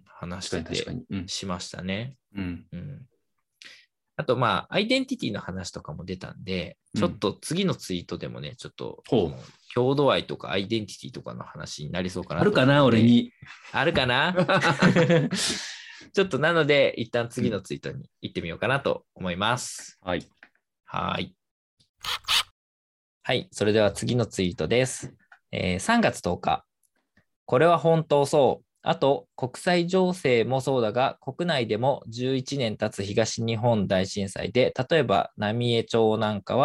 Speaker 1: 話しててしましたね。うんうんあと、まあ、アイデンティティの話とかも出たんで、ちょっと次のツイートでもね、ちょっと、郷土愛とかアイデンティティとかの話になりそうかな。
Speaker 2: あるかな、俺に。
Speaker 1: あるかなちょっとなので、一旦次のツイートに行ってみようかなと思います。
Speaker 2: はい。
Speaker 1: はい。はい、それでは次のツイートです。えー、さんがつとおか。これは本当そう。あと、国際情勢もそうだが、国内でもじゅういちねん経つ東日本大震災で、例えば浪江町なんかは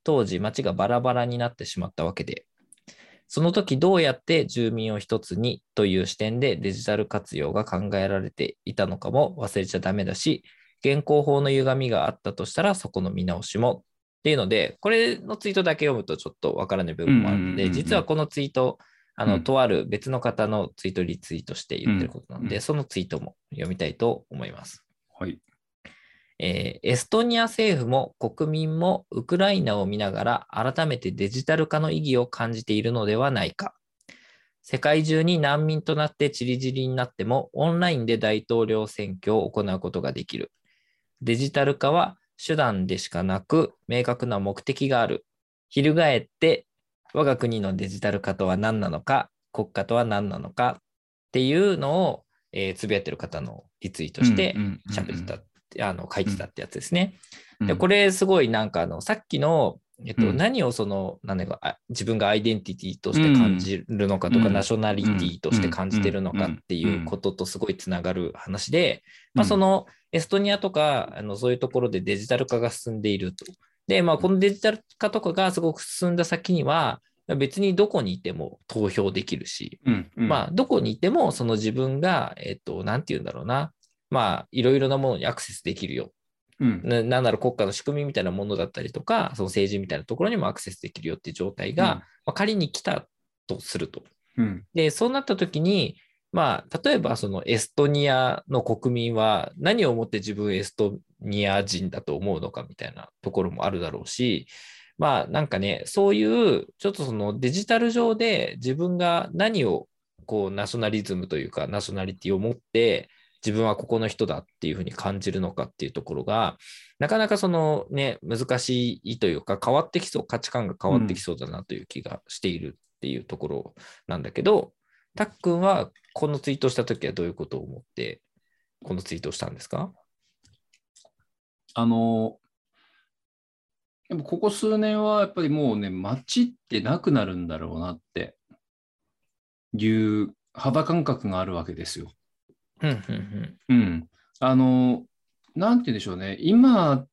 Speaker 1: 当時町がバラバラになってしまったわけで、その時どうやって住民を一つにという視点でデジタル活用が考えられていたのかも忘れちゃダメだし、現行法の歪みがあったとしたらそこの見直しもっていうので、これのツイートだけ読むとちょっとわからない部分もあるので、実はこのツイート、あの、とある別の方のツイートリツイートして言ってることなので、そのツイートも読みたいと思います。
Speaker 2: はい。
Speaker 1: えーエストニア政府も国民もウクライナを見ながら改めてデジタル化の意義を感じているのではないか。世界中に難民となって散り散りになってもオンラインで大統領選挙を行うことができる。デジタル化は手段でしかなく明確な目的がある。翻って我が国のデジタル化とは何なのか、国家とは何なのかっていうのを、えー、つぶやいてる方のリツイートして喋ってた。あの書いてたってやつですね。うん、でこれすごいなんかあのさっきの、えっと、うん、何をその何だか自分がアイデンティティとして感じるのかとか、うん、ナショナリティとして感じてるのかっていうこととすごいつながる話で、うん、まあ、そのエストニアとかあのそういうところでデジタル化が進んでいると。で、まあ、このデジタル化とかがすごく進んだ先には別にどこにいても投票できるし、うんうん、まあ、どこにいてもその自分が、えっと、なんて言うんだろうな、まあ、いろいろなものにアクセスできるよ。うん、な, なんなら国家の仕組みみたいなものだったりとか、その政治みたいなところにもアクセスできるよっていう状態が、うんまあ、仮に来たとすると。うん、で、そうなった時に、まあ、例えばそのエストニアの国民は何をもって自分エストニア人だと思うのかみたいなところもあるだろうし、まあなんかね、そういうちょっとそのデジタル上で自分が何をこうナショナリズムというかナショナリティを持って自分はここの人だっていうふうに感じるのかっていうところが、なかなかそのね、難しいというか変わってきそう、価値観が変わってきそうだなという気がしているっていうところなんだけど、たっくんはこのツイートしたときはどういうことを思ってこのツイートをしたんですか？
Speaker 2: あの、やっぱここ数年はやっぱりもうね、街ってなくなるんだろうなっていう肌感覚があるわけですよ。
Speaker 1: うんうん
Speaker 2: うん。あの、なんて言うんでしょうね。今って、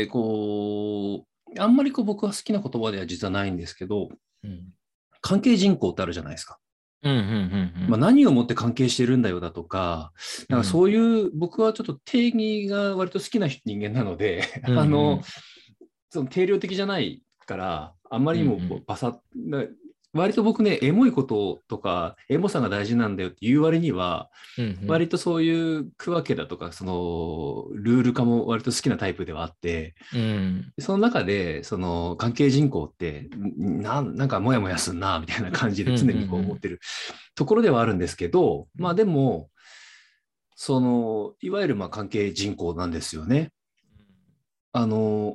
Speaker 2: こう、あんまりこう僕は好きな言葉では実はないんですけど、うん、関係人口ってあるじゃないですか。
Speaker 1: うんうんうんうん、
Speaker 2: まあ、何をもって関係してるんだよだとか、なんかそういう、うん、僕はちょっと定義が割と好きな人間なので、うんうん、あの、その定量的じゃないから、あんまりにもバサッ、うんうん、割と僕ね、エモいこととか、エモさが大事なんだよっていう割には、うんうん、割とそういう区分けだとか、そのルール化も割と好きなタイプではあって、うん、その中で、その関係人口ってな、なんかモヤモヤすんな、みたいな感じで常にこう思ってるところではあるんですけど、うんうんうん、まあでも、その、いわゆるまあ関係人口なんですよね。あの、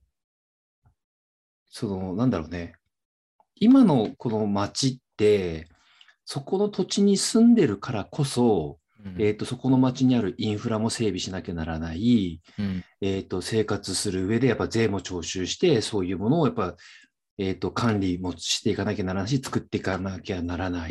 Speaker 2: その、なんだろうね。今のこの町って、そこの土地に住んでるからこそ、うん、えーと、そこの町にあるインフラも整備しなきゃならない、うん、えーと、生活する上でやっぱ税も徴収して、そういうものをやっぱ、えーと、管理もしていかなきゃならないし、作っていかなきゃならない。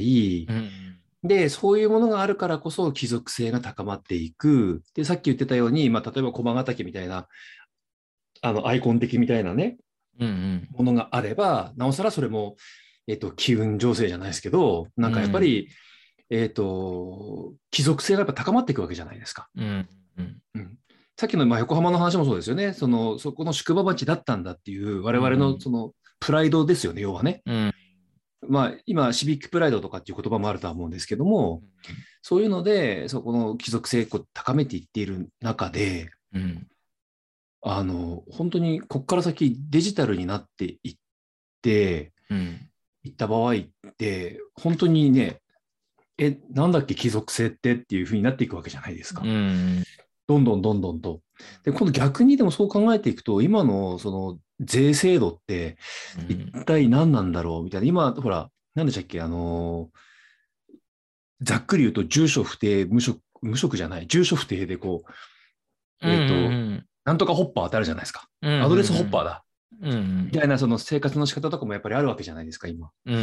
Speaker 2: うん、で、そういうものがあるからこそ貴族性が高まっていく。で、さっき言ってたように、まあ、例えば駒ヶ岳みたいな、あの、アイコン的みたいなね、うんうん、ものがあれば、なおさらそれも、えっと、機運醸成じゃないですけど、なんかやっぱり、うん、えっと、貴族性がやっぱ高まっていくわけじゃないですか。うんうんうん、さっきのまあ横浜の話もそうですよね。その、そこの宿場町だったんだっていう我々のそのプライドですよね、要はね。うん、まあ、今、シビックプライドとかっていう言葉もあるとは思うんですけども、うん、そういうので、そこの貴族性を高めていっている中で、うんあの、本当にここから先デジタルになっていって、うん、いった場合って、本当にね、え、なんだっけ貴族性ってっていう風になっていくわけじゃないですか。うん、どんどんどんどんと。で、今度逆にでもそう考えていくと、今のその税制度って一体何なんだろうみたいな。今、ほら、何でしたっけあの、ざっくり言うと住所不定、無職、無職じゃない、住所不定でこう、えっと、うんうんうんなんとかホッパーってあるじゃないですか。うんうんうん、アドレスホッパーだ。うんうん、みたいなその生活の仕方とかもやっぱりあるわけじゃないですか、今。うんうん、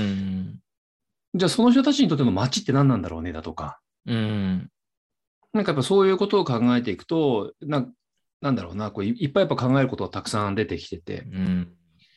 Speaker 2: じゃあその人たちにとっての街って何なんだろうねだとか。うん、なんかやっぱそういうことを考えていくと、な、なんだろうな、こういっぱいやっぱ考えることがたくさん出てきてて。うん、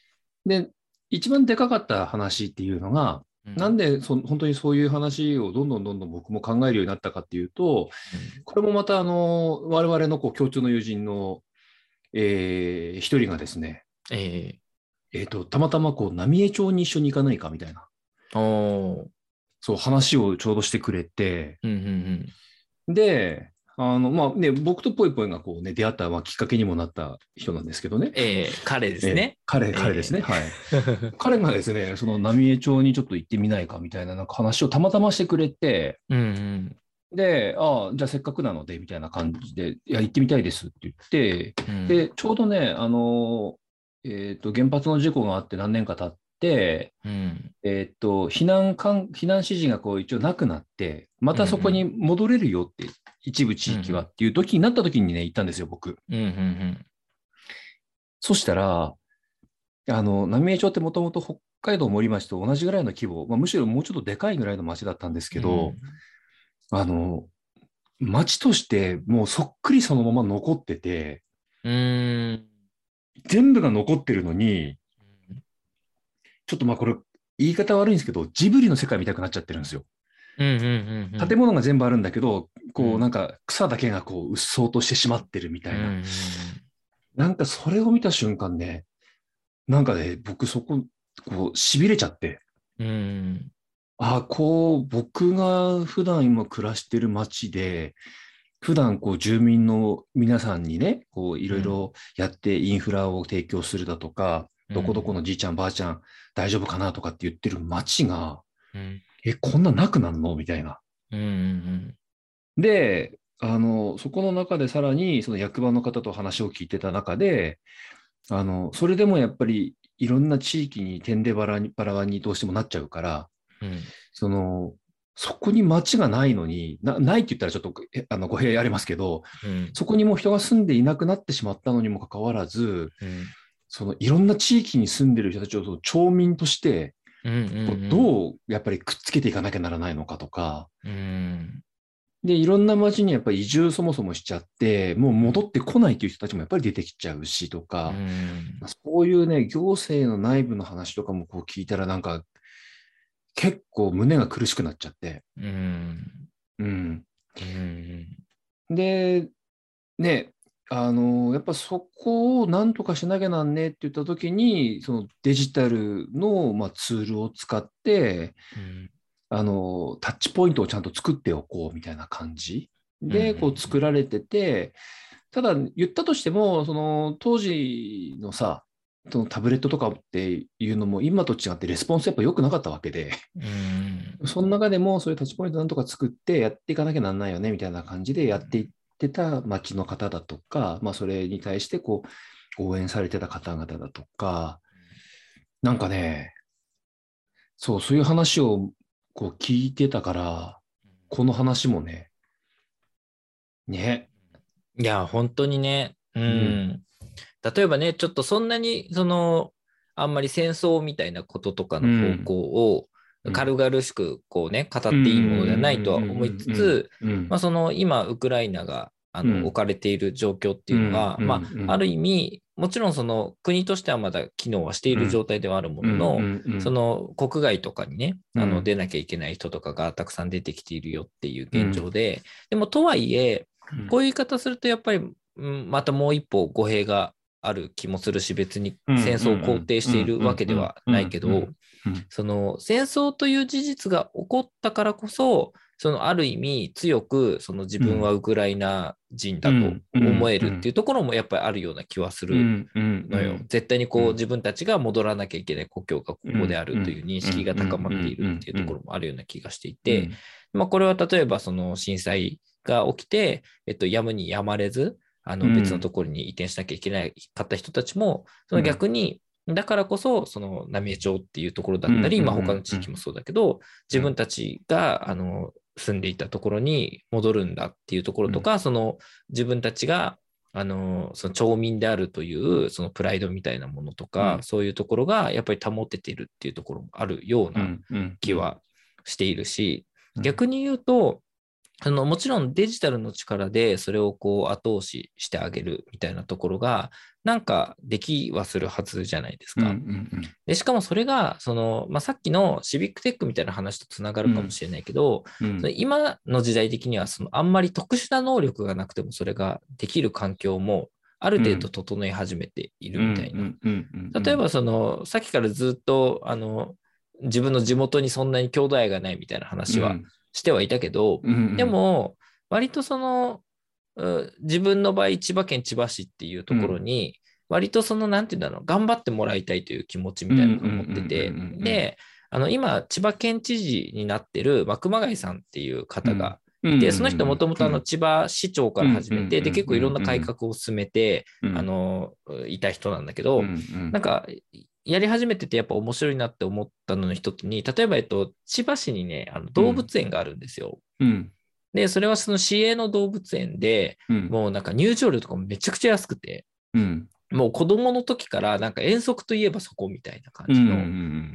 Speaker 2: で、一番でかかった話っていうのが、
Speaker 1: うん、
Speaker 2: なんでそ本当にそういう話をどんどんどんどん僕も考えるようになったかっていうと、これもまたあの我々のこう共通の友人の、えー一人がですね、
Speaker 1: うん、え
Speaker 2: えーと、たまたまこう浪江町に一緒に行かないかみたいな、
Speaker 1: ー、おー、
Speaker 2: そう話をちょうどしてくれて、
Speaker 1: うんうん
Speaker 2: で、あのまあね、僕とぽいぽいがこう、ね、出会った、まあ、きっかけにもなった人なんですけどね、
Speaker 1: えー、彼です
Speaker 2: えー
Speaker 1: ね。
Speaker 2: 彼、彼ですね、
Speaker 1: え
Speaker 2: はい。
Speaker 1: ー、
Speaker 2: 彼がですね、その浪江町にちょっと行ってみないかみたいななんか話をたまたましてくれて、
Speaker 1: うんうん、
Speaker 2: で、ああ、じゃあせっかくなので、みたいな感じで、いや、行ってみたいですって言って、
Speaker 1: うん、
Speaker 2: で、ちょうどね、あの、えっと、原発の事故があって何年か経って、
Speaker 1: うん、
Speaker 2: えっと、避難かん、避難指示がこう一応なくなって、ま
Speaker 1: うん、う
Speaker 2: たそこに
Speaker 1: ん、
Speaker 2: 戻れるよって、一部地域は
Speaker 1: うん、
Speaker 2: っていう時になった時にね、行ったんですよ、僕。
Speaker 1: うん、うん、
Speaker 2: そしたら、あの、浪江町ってもともと北海道森町と同じぐらいの規模、まあ、むしろもうちょっとでかいぐらいの町だったんですけ
Speaker 1: う
Speaker 2: ど、
Speaker 1: ん、
Speaker 2: あの、町としてもうそっくりそのまま残ってて、
Speaker 1: うん、
Speaker 2: 全部が残ってるのに、ちょっとまあこれ言い方悪いんですけど、ジブリの世界見たくなっちゃってるんですよ。
Speaker 1: うん、うん、うん、
Speaker 2: 建物が全部あるんだけど、
Speaker 1: うん、
Speaker 2: こうなんか草だけがこううっそうとしてしまってるみたいな。
Speaker 1: うん、
Speaker 2: なんかそれを見た瞬間ね、なんかね、僕そこ、こう痺れちゃって、
Speaker 1: うん、
Speaker 2: ああ、こう僕が普段今暮らしてる街で、普段こう住民の皆さんにね、こういろいろやってインフラを提供するだとか、
Speaker 1: うん、
Speaker 2: どこどこのじいちゃんばあちゃん大丈夫かなとかって言ってる街が、
Speaker 1: うん、
Speaker 2: え、こんななくなんのみたいな。
Speaker 1: うん、
Speaker 2: で、あの、そこの中でさらにその役場の方と話を聞いてた中で、あの、それでもやっぱりいろんな地域に点でバラにバラバラにどうしてもなっちゃうから、
Speaker 1: うん、
Speaker 2: その、そこに街がないのに、な、ないって言ったらちょっとえあの語弊ありますけど、
Speaker 1: うん、
Speaker 2: そこにもう人が住んでいなくなってしまったのにもかかわらず、
Speaker 1: うん、
Speaker 2: そのいろんな地域に住んでる人たちをその町民として
Speaker 1: うん、
Speaker 2: こうどうやっぱりくっつけていかなきゃならないのかとか、
Speaker 1: うん、
Speaker 2: で、いろんな町にやっぱり移住そもそもしちゃって、もう戻ってこないという人たちもやっぱり出てきちゃうしと
Speaker 1: う
Speaker 2: か、
Speaker 1: ん、
Speaker 2: そういうね、行政の内部の話とかもこう聞いたらなんか結構胸が苦しくなっちゃって、
Speaker 1: うん、
Speaker 2: うん。
Speaker 1: うん、
Speaker 2: で、ね、あの、やっぱそこをなんとかしなきゃなんねって言った時に、そのデジタルの、まあ、ツールを使って、
Speaker 1: うん、
Speaker 2: あの、タッチポイントをちゃんと作っておこうみたいな感じ
Speaker 1: うん、う
Speaker 2: で、こう作
Speaker 1: ん、
Speaker 2: られてて、ただ言ったとしても、その当時のさ、そのタブレットとかっていうのも今と違ってレスポンスやっぱ良くなかったわけで、
Speaker 1: うん、
Speaker 2: その中でもそういうタッチポイントなんとか作ってやっていかなきゃなんないよねみたいな感じでやっていってた町の方だとか、まあそれに対してこう応援されてた方々だとか、なんかね、そう、そういう話をこう聞いてたから、この話もね、ね、
Speaker 1: いや、本当にね、う
Speaker 2: うん、
Speaker 1: ん。例えばね、ちょっとそんなに、その、あんまり戦争みたいなこととか
Speaker 2: う
Speaker 1: の方
Speaker 2: ん、
Speaker 1: 向を
Speaker 2: うん、
Speaker 1: 軽々しくこうね、語
Speaker 2: うん、
Speaker 1: っていいものではないとは思いつ
Speaker 2: うん、
Speaker 1: つ、
Speaker 2: うん、
Speaker 1: まあ、その今、ウクライナがあの置
Speaker 2: うん、
Speaker 1: かれている状況って
Speaker 2: うん、
Speaker 1: いうのが、
Speaker 2: うん、
Speaker 1: まあ、ある意味、もちろんその国としてはまだ機能はしている状態ではあるも
Speaker 2: うん、
Speaker 1: のの、
Speaker 2: うん、
Speaker 1: その国外とかにね、あの
Speaker 2: うん、
Speaker 1: 出なきゃいけない人とかがたくさん出てきているよっていう
Speaker 2: うん、
Speaker 1: 現状で、でもとはいえ、
Speaker 2: うん、
Speaker 1: こういう言い方するとやっぱり、うん、またもう一歩語弊がある気もするし、別に
Speaker 2: うん、
Speaker 1: 戦争を肯定
Speaker 2: うん、
Speaker 1: しているわけではないけど、
Speaker 2: うん、
Speaker 1: その戦争という事実が起こったからこそ、そのある意味強くその自分はウクライナ人だと思えるっていうところもやっぱりあるような気はするのよ。絶対にこう自分たちが戻らなきゃいけない故郷がここであるという認識が高まっているっていうところもあるような気がしていて、まあ、これは例えばその震災が起きて、えっと、やむにやまれず、あの別のところに移転しなきゃいけないかった人たちも、その逆に、だからこそ、その浪江町っていうところだったり、まあ、他の地域もそうだけど、自分たちがあの住んでいたところに戻るんだっていうところとか、その自分たちがあのその町民であるというそのプライドみたいなものとか、そういうところがやっぱり保てているっていうところもあるような気はしているし、逆に言うと、 そのもちろんデジタルの力でそれをこう後押ししてあげるみたいなところがなんかできはするはずじゃないですか。
Speaker 2: うんうんうん、
Speaker 1: でしかもそれがその、まあ、さっきのシビックテックみたいな話とつながるかもしれないけど、
Speaker 2: うんうん、
Speaker 1: その今の時代的にはそのあんまり特殊な能力がなくてもそれができる環境もある程度整い始めているみたいな。例えばそのさっきからずっとあの自分の地元にそんなに兄弟愛がないみたいな話はしてはいたけど、
Speaker 2: うんうん、
Speaker 1: でも割とその自分の場合千葉県千葉市っていうところに割とそのなんていうんだろう頑張ってもらいたいという気持ちみたいなのを持ってて、であの今千葉県知事になってる、まあ、熊谷さんっていう方がいて、その人もともと千葉市長から始めて、で結構いろんな改革を進めて、あのいた人なんだけど、なんかやり始めててやっぱ面白いなって思ったのの一つに、例えば、えっと、千葉市にねあの動物園があるんですよ。
Speaker 2: うんうん、
Speaker 1: でそれはその市営の動物園で、うん、もうなんか入場料とかもめちゃくちゃ安くて、うん、もう子供の時からなんか遠足といえばそこみたいな感じの、うんうんうん、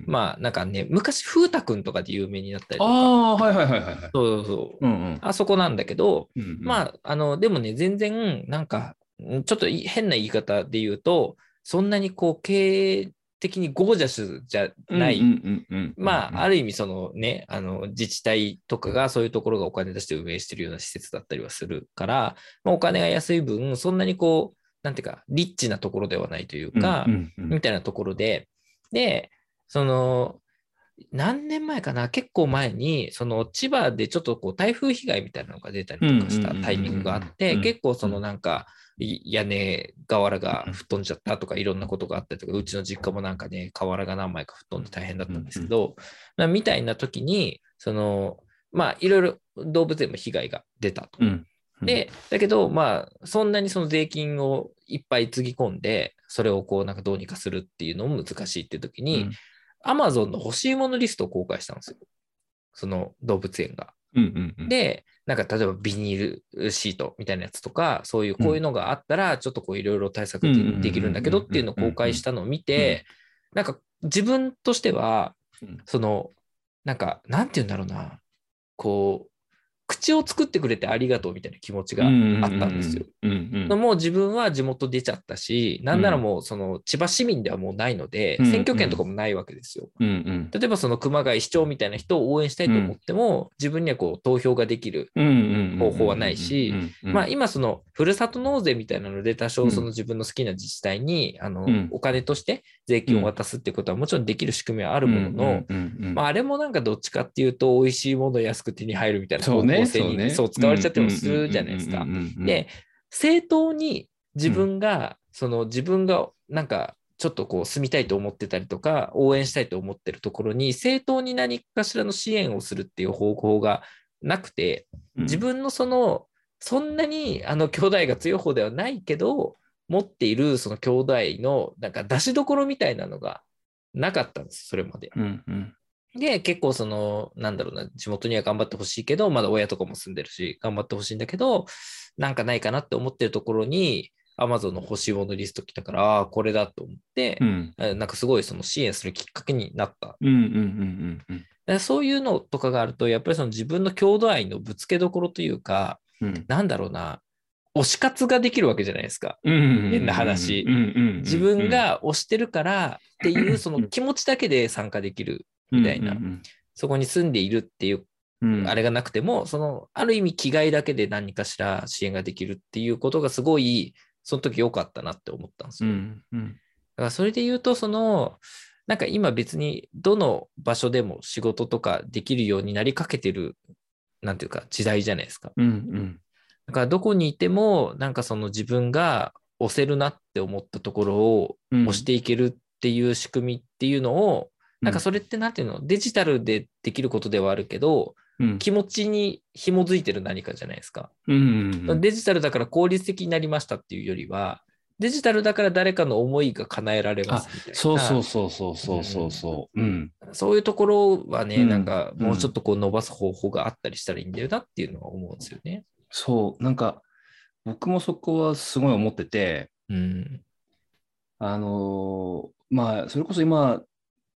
Speaker 1: まあなんかね昔風太くんとかで有名になったりとか、
Speaker 2: あはいはいはいはい、
Speaker 1: そうそうそう、うんうん、あそこなんだけど、うんうん、まああのでもね全然なんかちょっと変な言い方で言うとそんなにこう経営的にゴージャスじゃない、まあある意味そのねあの自治体とかがそういうところがお金出して運営してるような施設だったりはするから、まあ、お金が安い分そんなにこうなんていうかリッチなところではないというか、うんうんうん、みたいなところででその何年前かな結構前にその千葉でちょっとこう台風被害みたいなのが出たりとかしたタイミングがあって結構そのなんか屋根瓦が吹っ飛んじゃったとかいろんなことがあったりとかうちの実家もなんかね瓦が何枚か吹っ飛んで大変だったんですけど、まあ、みたいな時にそのまあいろいろ動物園も被害が出たと。うんで、だけど、まあ、そんなにその税金をいっぱいつぎ込んで、それをこう、なんかどうにかするっていうのも難しいっていう時に、アマゾンの欲しいものリストを公開したんですよ。その動物園が。うんうんうん、で、なんか例えばビニールシートみたいなやつとか、そういうこういうのがあったら、ちょっとこういろいろ対策できるんだけどっていうのを公開したのを見て、なんか自分としては、その、なんか、なんて言うんだろうな、こう、口を作ってくれてありがとうみたいな気持ちがあったんですよ。もう自分は地元出ちゃったし、なんならもうその千葉市民ではもうないので、うん、選挙権とかもないわけですよ。うんうん、例えばその熊谷市長みたいな人を応援したいと思っても、うん、自分にはこう投票ができる方法はないし、まあ今そのふるさと納税みたいなので多少その自分の好きな自治体にあの、うん、お金として税金を渡すっていうことはもちろんできる仕組みはあるものの、まああれもなんかどっちかっていうと美味しいもの安く手に入るみたいな方向性に、ね、そう使われちゃってもするじゃないですか。で、正当に自分が、うん、その自分がなんかちょっとこう住みたいと思ってたりとか応援したいと思ってるところに正当に何かしらの支援をするっていう方法がなくて、自分のそのそんなにあの兄弟が強い方ではないけど持っているその兄弟のなんか出しどころみたいなのがなかったんですそれまで。うんうんで、結構その、なんだろうな、地元には頑張ってほしいけど、まだ親とかも住んでるし、頑張ってほしいんだけど、なんかないかなって思ってるところに、Amazon の欲しいものリスト来たから、ああ、これだと思って、うん、なんかすごいその支援するきっかけになった。そういうのとかがあると、やっぱりその自分の郷土愛のぶつけどころというか、うん、なんだろうな、推し活ができるわけじゃないですか。変な話。自分が推してるからっていう、その気持ちだけで参加できる。みたいな、うんうんうん、そこに住んでいるっていう、うん、あれがなくても、そのある意味気概だけで何かしら支援ができるっていうことがすごいその時良かったなって思ったんですよ。うんうん、だからそれで言うとそのなんか今別にどの場所でも仕事とかできるようになりかけてるなんていうか時代じゃないですか。うんうん、だからどこにいてもなんかその自分が押せるなって思ったところを押していけるっていう仕組みっていうのをなんかそれってなんていうの、デジタルでできることではあるけど、うん、気持ちに紐づいてる何かじゃないですか、うんうんうん。デジタルだから効率的になりましたっていうよりは、デジタルだから誰かの思いが叶えられますみたいな。
Speaker 2: そうそうそうそうそうそうそう、うん。
Speaker 1: そういうところはね、うん、なんかもうちょっとこう伸ばす方法があったりしたらいいんだよなっていうのは思うんですよね。
Speaker 2: そう、なんか僕もそこはすごい思ってて、うん、あのー、まあそれこそ今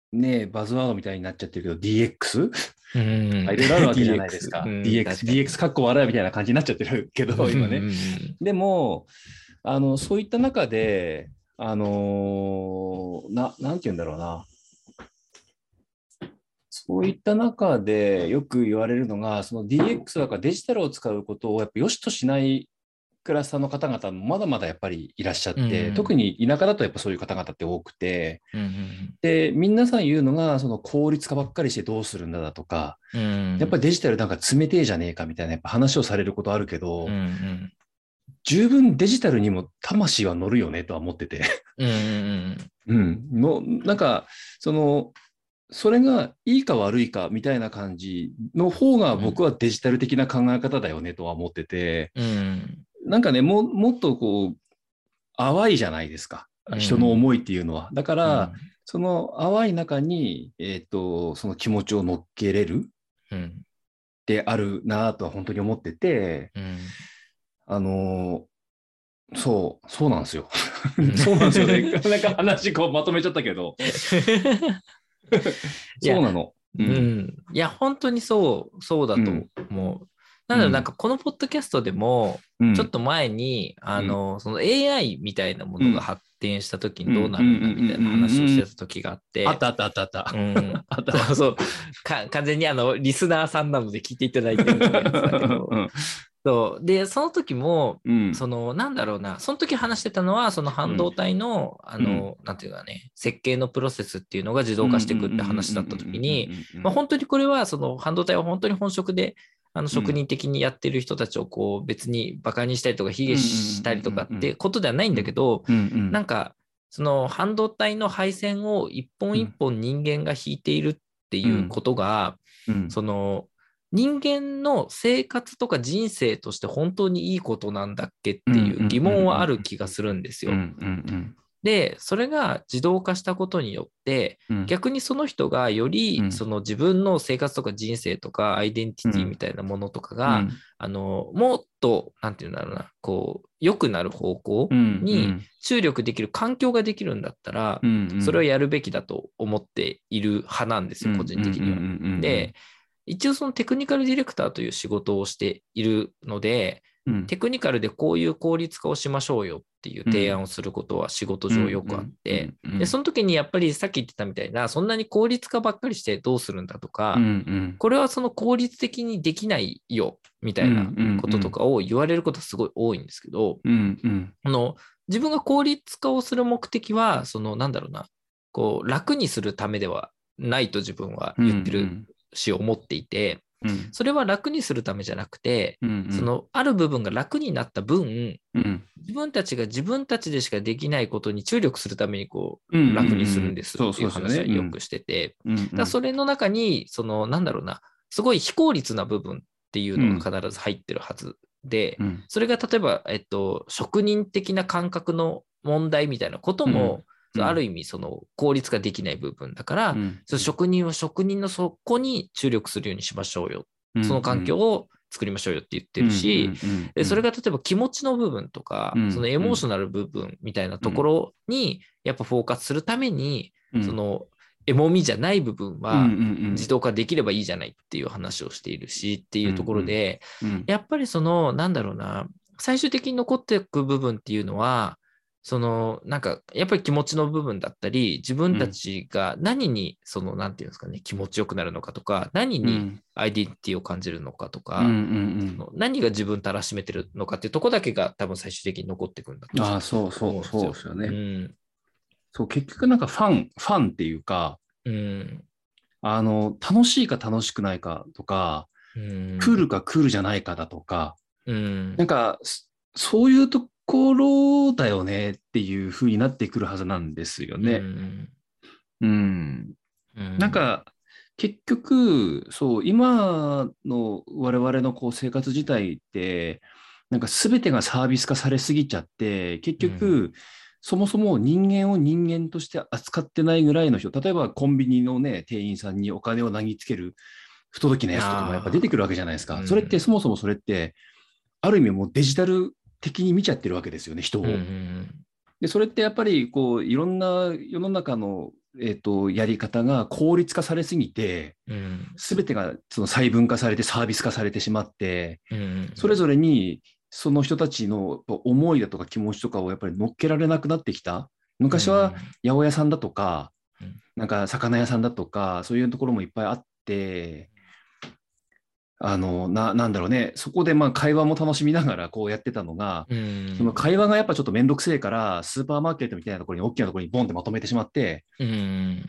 Speaker 2: ね、バズワードみたいになっちゃってるけど ディーエックス？
Speaker 1: うん、
Speaker 2: いろいろあるわけじゃないですか。
Speaker 1: うん、
Speaker 2: ディーエックス、ディーエックス かっこ笑いみたいな感じになっちゃってるけど、今ね。
Speaker 1: うんうん
Speaker 2: でも、あの、そういった中で、あのーな、なんて言うんだろうな。そういった中でよく言われるのが、その ディーエックス だからデジタルを使うことをやっぱ良しとしないクラスターの方々もまだまだやっぱりいらっしゃって、
Speaker 1: うん、
Speaker 2: 特に田舎だとやっぱそういう方々って多くて、
Speaker 1: うん、
Speaker 2: で、皆さん言うのが、その効率化ばっかりしてどうするんだだとか、
Speaker 1: うん、
Speaker 2: やっぱりデジタルなんか冷てえじゃねえかみたいなやっぱ話をされることあるけど、
Speaker 1: うん、うん、
Speaker 2: 十分デジタルにも魂は乗るよねとは思ってて。
Speaker 1: うん、
Speaker 2: うん。の、なんか、その、それがいいか悪いかみたいな感じの方が僕はデジタル的な考え方だよねとは思ってて、
Speaker 1: うん、
Speaker 2: なんかね、も、もっとこう、淡いじゃないですか。人の思いっていうのは。だから、その淡い中に、えっと、その気持ちを乗っけれる
Speaker 1: うん、
Speaker 2: であるなとは本当に思ってて、
Speaker 1: うん、
Speaker 2: あの、そう、そうなんですよ。
Speaker 1: うん
Speaker 2: そうなんですよね。なんか話こうまとめちゃったけど。
Speaker 1: いや、
Speaker 2: そうなの。
Speaker 1: うん。いや、本当にそう、そうだと思う。なんだろう、なんかこのポッドキャストでも、ちょっと前に、あの、その エーアイ みたいなものが発展した時にどうなるんだみたいな話をしてた時があって。
Speaker 2: あったあったあったあった。
Speaker 1: うん。あったそうそうか。完全にあの、リスナーさんなので聞いていただいてるやつだけど。そうで、その時も、うん、その、なんだろうな、その時話してたのは、その半導体の、うん、あの、なんていうかね、設計のプロセスっていうのが自動化していくって話だった時に、まあ本当にこれは、その半導体を本当に本職で、あの職人的にやってる人たちをこう別にバカにしたりとか卑下したりとかってことではないんだけど、なんか、その半導体の配線を一本一本人間が引いているっていうことが、その、人間の生活とか人生として本当にいいことなんだっけっていう疑問はある気がするんですよ。で、それが自動化したことによって、逆にその人がよりその自分の生活とか人生とかアイデンティティみたいなものとかが、あの、もっと、なんていうんだろうな、こう、良くなる方向に注力できる環境ができるんだったら、それをやるべきだと思っている派なんですよ、個人的には。で、一応そのテクニカルディレクターという仕事をしているので、うん、テクニカルでこういう効率化をしましょうよっていう提案をすることは仕事上よくあって、で、その時にやっぱりさっき言ってたみたいな、そんなに効率化ばっかりしてどうするんだとか、うんうん、これはその効率的にできないよみたいなこととかを言われることはすごい多いんですけど、うんうん、あの自分が効率化をする目的は、そのなんだろうな、こう楽にするためではないと自分は言ってる、うんうんし思っていて、うん、それは楽にするためじゃなくて、うんうん、そのある部分が楽になった分、うん、自分たちが自分たちでしかできないことに注力するためにこう、うんうんうん、楽にするんですっていう話はよくしてて、だそれの中にそのなんだろうな、すごい非効率な部分っていうのが必ず入ってるはずで、うん、それが例えば、えっと、職人的な感覚の問題みたいなことも、うんうん、ある意味その効率化できない部分だから、うん、その職人は職人のそこに注力するようにしましょうよ、うん、その環境を作りましょうよって言ってるし、でそれが例えば気持ちの部分とか、うん、そのエモーショナル部分みたいなところにやっぱフォーカスするために、うん、そのエモみじゃない部分は自動化できればいいじゃないっていう話をしているしっていうところで、やっぱりそのなんだろうな、最終的に残っていく部分っていうのはそのなんかやっぱり気持ちの部分だったり、自分たちが何にそのなんていうんですかね、気持ちよくなるのかとか、何にアイデンティティを感じるのかとか、うんうんうん、その何が自分たらしめてるのかっていうところだけが多分最終的に残っていくんだと思うんですよ。ああ、そうそうそうですよね。うん、
Speaker 2: そう結局なんかファンファンっていうか、うん、あの楽しいか楽しくないかとか、うん、クールかクールじゃないかだとか、うん、なんかそういうところだよねっていう風になってくるはずなんですよね。うん。うんうん、なんか結局そう今の我々のこう生活自体ってなんか全てがサービス化されすぎちゃって結局、うん、そもそも人間を人間として扱ってないぐらいの人、例えばコンビニのね店員さんにお金を投げつける不届きなやつとかもやっぱ出てくるわけじゃないですか。それってそもそもそれってある意味もうデジタル的に見ちゃってるわけですよね、人を。うんうん、でそれってやっぱりこういろんな世の中のえーと、やり方が効率化されすぎて、
Speaker 1: うん、
Speaker 2: 全てがその細分化されてサービス化されてしまって、
Speaker 1: うん、
Speaker 2: それぞれにその人たちの思いだとか気持ちとかをやっぱり乗っけられなくなってきた。昔は八百屋さんだとか、
Speaker 1: うん、
Speaker 2: なんか魚屋さんだとか、そういうところもいっぱいあって、あの、な、なんだろうね、そこでまあ会話も楽しみながらこうやってたのが、
Speaker 1: うん、
Speaker 2: その会話がやっぱちょっとめんどくせえから、スーパーマーケットみたいなところに大きなところにボンってまとめてしまって、
Speaker 1: うん、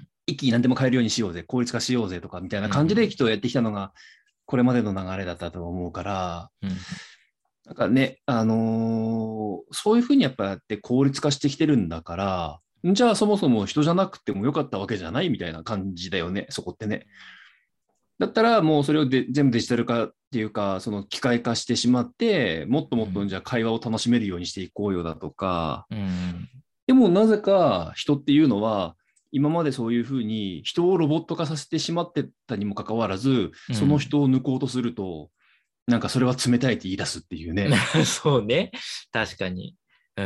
Speaker 2: 一気に何でも買えるようにしようぜ、効率化しようぜとかみたいな感じで人をやってきたのが、これまでの流れだったと思うから、
Speaker 1: うん、
Speaker 2: なんかね、あのーそういうふうにやっぱやって効率化してきてるんだから、じゃあそもそも人じゃなくてもよかったわけじゃないみたいな感じだよね、そこってね。だったらもうそれをで全部デジタル化っていうか、その機械化してしまって、もっともっとじゃあ会話を楽しめるようにしていこうよだとか、
Speaker 1: うん、
Speaker 2: でもなぜか人っていうのは、今までそういうふうに人をロボット化させてしまってたにもかかわらず、その人を抜こうとすると、なんかそれは冷たいって言い出すっていうね。
Speaker 1: そうね。確かに。うん。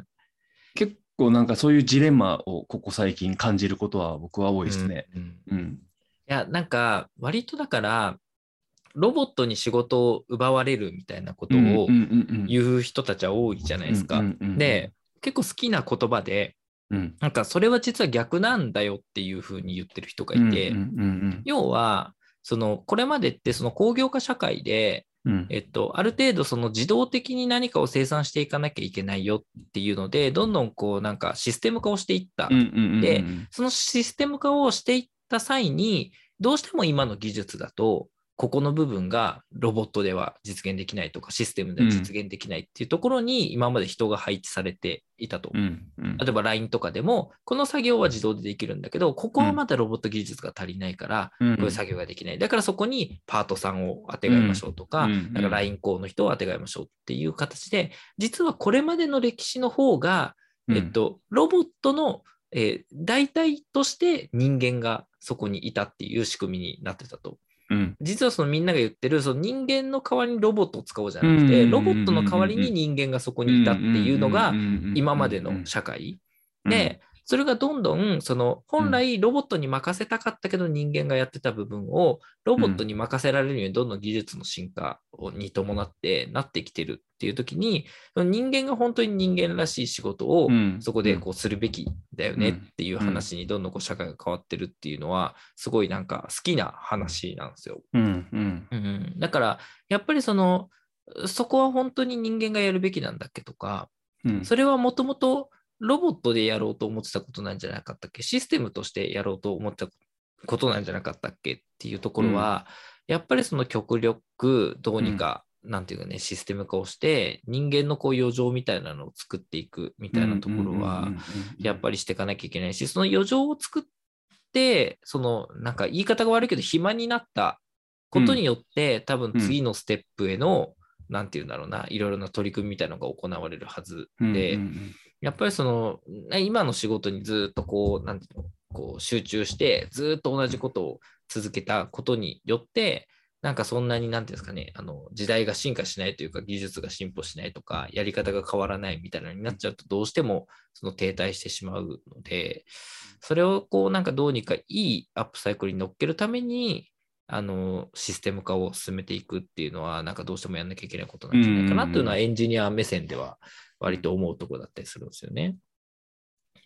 Speaker 2: 結構なんかそういうジレンマをここ最近感じることは僕は多いですね。
Speaker 1: うんうん
Speaker 2: うん。
Speaker 1: いや、なんか、割とだから、ロボットに仕事を奪われるみたいなことを言う人たちは多いじゃないですか。で、結構好きな言葉で、
Speaker 2: うん、
Speaker 1: なんかそれは実は逆なんだよっていうふうに言ってる人がいて、要は、そのこれまでってその工業化社会で、うん、えっと、ある程度その自動的に何かを生産していかなきゃいけないよっていうので、どんどんこうなんかシステム化をしていった。で、そのシステム化をしていった際に、どうしても今の技術だと、ここの部分がロボットでは実現できないとか、システムでは実現できないっていうところに今まで人が配置されていたと。うんうん、例えば ライン とかでも、この作業は自動でできるんだけど、ここはまだロボット技術が足りないから、こういう作業ができない。だからそこにパートさんをあてがいましょうとか、なんか ライン 校の人をあてがいましょうっていう形で、実はこれまでの歴史の方が、えっと、ロボットのえー、代替として人間がそこにいたっていう仕組みになってたと。うん、実はそのみんなが言ってるその人間の代わりにロボットを使おうじゃなくて、ロボットの代わりに人間がそこにいたっていうのが今までの社会で、それがどんどんその本来ロボットに任せたかったけど人間がやってた部分をロボットに任せられるようにどんどん技術の進化に伴ってなってきてるっていう時に、人間が本当に人間らしい仕事をそこでこうするべきだよねっていう話にどんどんこう社会が変わってるっていうのはすごいなんか好きな話なんですよ。うんうんうん、だからやっぱりそのそこは本当に人間がやるべきなんだっけとか、それはもともとロボットでやろうと思ってたことなんじゃなかったっけ、システムとしてやろうと思ってたことなんじゃなかったっけっていうところは、うん、やっぱりその極力どうにか、うん、なんていうかね、システム化をして人間のこう余剰みたいなのを作っていくみたいなところはやっぱりしていかなきゃいけないし、その余剰を作ってそのなんか言い方が悪いけど暇になったことによって、うん、多分次のステップへのなんていうんだろうな、いろいろな取り組みみたいなのが行われるはずで、うんうんうん、やっぱりその今の仕事にずっとこうなんていうのこう集中してずっと同じことを続けたことによってなんかそんなになんていうんですかね、あの時代が進化しないというか技術が進歩しないとかやり方が変わらないみたいなのになっちゃうとどうしてもその停滞してしまうので、それをこうなんかどうにかいいアップサイクルに乗っけるためにあのシステム化を進めていくっていうのはなんかどうしてもやんなきゃいけないことなんじゃないかなというのはエンジニア目線では割と思うところだったりするんですよね。うん、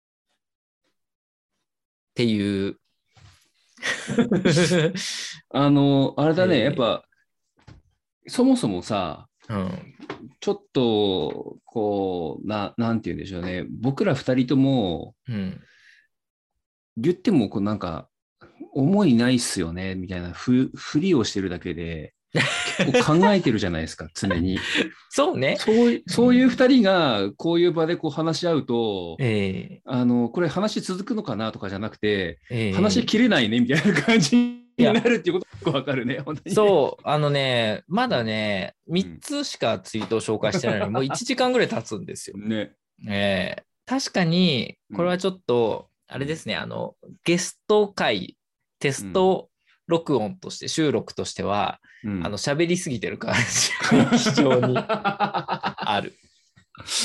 Speaker 1: っていう
Speaker 2: あのあれだね、えー、やっぱそもそもさ、うん、ちょっとこう な, なんて言うんでしょうね、僕らふたりとも、うん、言ってもこうなんか思いないっすよねみたいなふふりをしてるだけで結構考えてるじゃないですか常に。
Speaker 1: そうね。
Speaker 2: そうそういうふたりがこういう場でこう話し合うと、えー、あのこれ話続くのかなとかじゃなくて、えー、話切れないねみたいな感じになるっていうことが分かるね。本当にね。
Speaker 1: そうあのねまだねみっつしかツイートを紹介してないのに、うん、もういちじかんぐらい経つんですよ。ねえー、確かにこれはちょっと、うん、あれですね、あのゲスト会テスト録音として、うん、収録としては、うん、あの喋りすぎてる感じが非常にある。
Speaker 2: 普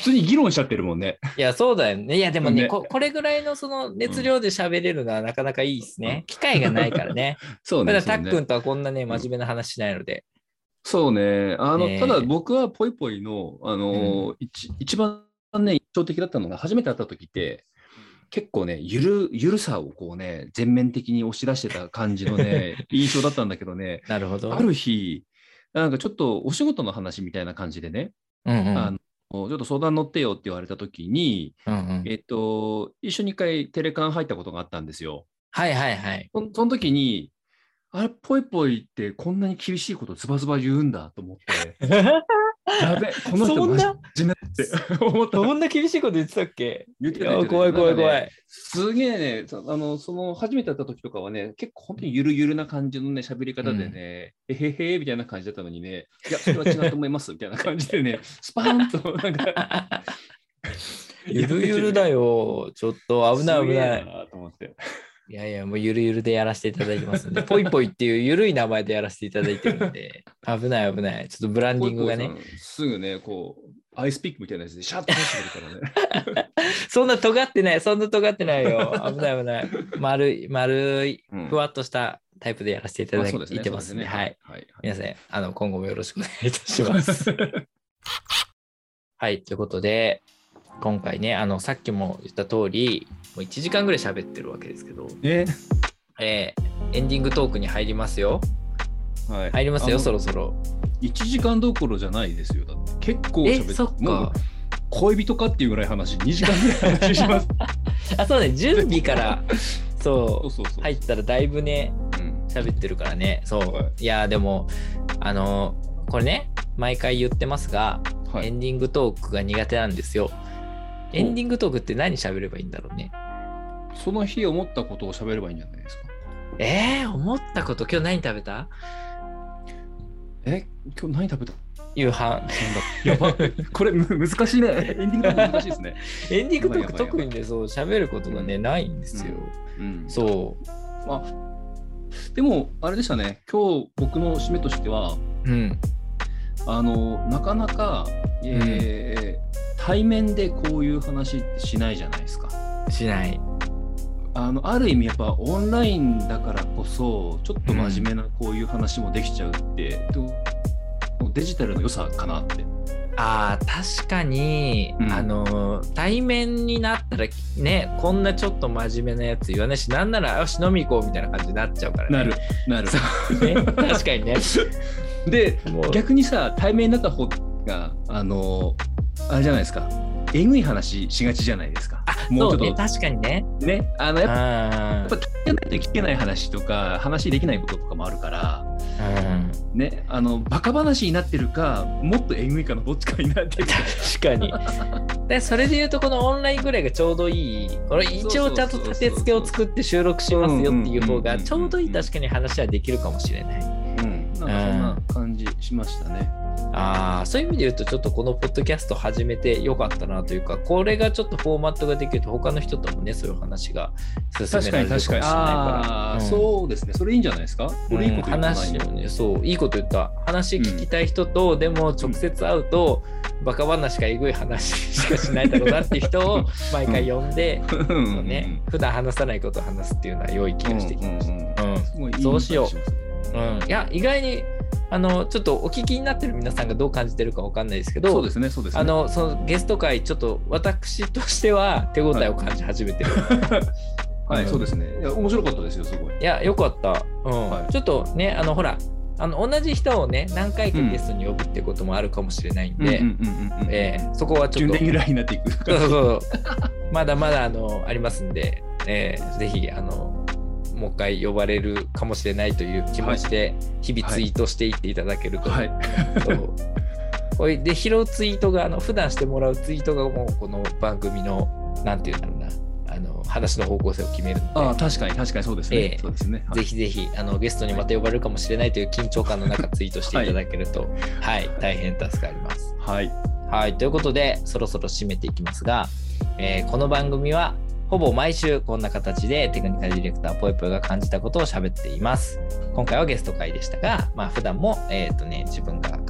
Speaker 2: 通に議論しちゃってるもんね。
Speaker 1: いや、そうだよね。いや、でもね、
Speaker 2: ね
Speaker 1: こ、これぐらいのその熱量で喋れるのはなかなかいいですね。機会がないからね。
Speaker 2: そうね。
Speaker 1: まだたっくん
Speaker 2: そうね。
Speaker 1: とはこんなね、真面目な話しないので。
Speaker 2: そうね。あの、
Speaker 1: ねえ
Speaker 2: ただ僕はぽいぽいの、あの、
Speaker 1: う
Speaker 2: 一一番ね、印象的だったのが、初めて会った時って、結構ね、ゆる、ゆるさをこうね、全面的に押し出してた感じのね、印象だったんだけどね、
Speaker 1: なるほど。
Speaker 2: ある日、なんかちょっとお仕事の話みたいな感じでね、
Speaker 1: うんうん。
Speaker 2: あのちょっと相談乗ってよって言われた時に、
Speaker 1: うんうん、
Speaker 2: えっと、一緒に一回テレカン入ったことがあったんですよ。
Speaker 1: はいはいはい。
Speaker 2: そその時に、あれ、ぽいぽいってこんなに厳しいことズバズバ言うんだと思って、やべ、この人
Speaker 1: そんな
Speaker 2: 真面目って思った。
Speaker 1: そんな厳しいこと言ってたっけ？
Speaker 2: 言ってた
Speaker 1: いや
Speaker 2: 言ってた
Speaker 1: 怖い怖い怖
Speaker 2: なんかね
Speaker 1: い。
Speaker 2: すげえね、そあの、その初めて会った時とかはね、結構本当にゆるゆるな感じのね、喋り方でね、えへへみたいな感じだったのにね、いや、それは違うと思いますみたいな感じでね、スパーンとなんか、
Speaker 1: ゆるゆるだよ。ちょっと危ない危ない。
Speaker 2: なと思って。
Speaker 1: いやいや、もうゆるゆるでやらせていただいてますんで、ぽいぽいっていうゆるい名前でやらせていただいてるんで、危ない危ない。ちょっとブランディングがね。
Speaker 2: ぽいぽいさんすぐね、こう、アイスピックみたいなやつでシャッと出してくるからね。
Speaker 1: そんな尖ってない、そんな尖ってないよ。危ない危ない。丸い、丸い、
Speaker 2: うん
Speaker 1: ふわっとしたタイプでやらせていただい
Speaker 2: あそうですね
Speaker 1: てますんで、
Speaker 2: そうですね
Speaker 1: はい。
Speaker 2: はい
Speaker 1: 皆さん、あの、今後もよろしくお願いいたします。はい、ということで、今回ね、あの、さっきも言った通り、もういちじかんぐらい喋ってるわけですけど、
Speaker 2: え
Speaker 1: えーエンディングトークに入りますよ。
Speaker 2: はい、
Speaker 1: 入りますよ、
Speaker 2: あの
Speaker 1: そろそろ。
Speaker 2: いちじかんどころじゃないですよ。だって結構
Speaker 1: え、
Speaker 2: 喋って
Speaker 1: そっ
Speaker 2: もう
Speaker 1: か。
Speaker 2: 恋人かっていうぐらい話、にじかんぐらい話します。
Speaker 1: あ、そうね、準備から、そ
Speaker 2: そうそうそう
Speaker 1: う、入ったらだいぶね、
Speaker 2: うん
Speaker 1: 喋ってるからね。そう。
Speaker 2: はい
Speaker 1: いや、でも、あの、これね、毎回言ってますが、
Speaker 2: はい
Speaker 1: エンディングトークが苦手なんですよ。エンディングトークって何喋ればいいんだろうね。
Speaker 2: その日思ったことを喋ればいいんじゃないですか。
Speaker 1: えー、思ったこと、今日何食べた？
Speaker 2: え、今日何食べた？
Speaker 1: 夕飯。
Speaker 2: やばこれむ難しいね。エンディングトーク難しいですね。
Speaker 1: エンディングトーク
Speaker 2: やばいやばい
Speaker 1: 特にね、そう、喋ることがね、ないんですよ。
Speaker 2: うん、
Speaker 1: そう。
Speaker 2: まあ、でも、あれでしたね。今日僕の締めとしては、
Speaker 1: うん。
Speaker 2: あのなかなか、えー対面でこういう話ってしないじゃないですか。
Speaker 1: しない。
Speaker 2: あのある意味やっぱオンラインだからこそちょっと真面目なこういう話もできちゃうって、うん、デジタルの良さかなって。
Speaker 1: あー確かに、
Speaker 2: うん
Speaker 1: あの対面になったらねこんなちょっと真面目なやつ言わないし、なんならよし飲み行こうみたいな感じになっちゃうからね。
Speaker 2: なるなる。
Speaker 1: そうね、確かにね。
Speaker 2: で
Speaker 1: もう
Speaker 2: 逆にさ対面になった方があのあれじゃないですか、えぐい話しがちじゃないですか。もうちょっと
Speaker 1: そうね、確かにね。
Speaker 2: ね、あのやっぱ
Speaker 1: あ
Speaker 2: やっぱ聞けないと聞けない話とか話できないこととかもあるから
Speaker 1: うん、
Speaker 2: ね、あのバカ話になってるかもっとえぐいかのどっちかになってるか。
Speaker 1: 確かに。でそれで言うとこのオンラインぐらいがちょうどいい。これ一応ちゃんと立て付けを作って収録しますよっていう方がちょうどいい、確かに話はできるかもしれない。
Speaker 2: うん、なんかそんな感じしましたね。
Speaker 1: ああ、そういう意味で言うとちょっとこのポッドキャスト始めてよかったなというか、これがちょっとフォーマットができると他の人ともねそういう話が進められるかもしれないから。
Speaker 2: ああ、
Speaker 1: うん
Speaker 2: そうですね。それいいんじゃないですか。これいいこと言ったな、
Speaker 1: 話をね、そういいこと言った。話聞きたい人と、うん、でも直接会うと、うん、バカ話かえぐい話しかしないだろうなっていう人を毎回呼んで、うんね、普段話さないことを話すっていうのは良い気がしてきました。うんうん、そうしよう。うん、いや意外にあのちょっとお聞きになってる皆さんがどう感じてるかわかんないですけど、
Speaker 2: そうですね、そうですね。
Speaker 1: あのそのゲスト会ちょっと私としては手応えを感じ始めてる。
Speaker 2: はい、はいうん、そうですね。いや面白かったですよ、すごい。
Speaker 1: いやよかった。うん、はい、ちょっとねあのほらあの同じ人をね何回かゲストに呼ぶってこともあるかもしれないんで、そこはちょっと
Speaker 2: 準レギュラーになっていく。
Speaker 1: そうそうそうまだまだあのありますんで、えー、ぜひあの。もう一回呼ばれるかもしれないという気持ちで日々ツイートしていっていただけると、はいはい、そうこれで拾うツイートがあの普段してもらうツイートがもうこの番組のなんていうんだろうなあの話の方向性を決めるので、
Speaker 2: あ確かに確かにそうですね、えー、そうですね、
Speaker 1: はい、ぜひぜひあのゲストにまた呼ばれるかもしれないという緊張感の中ツイートしていただけると、はいはい、大変助かります。
Speaker 2: はい、
Speaker 1: はい、ということでそろそろ締めていきますが、えー、この番組はほぼ毎週こんな形でテクニカルディレクターぽいぽいが感じたことを喋っています。今回はゲスト会でしたが、まあ普段も、えーとね、自分が考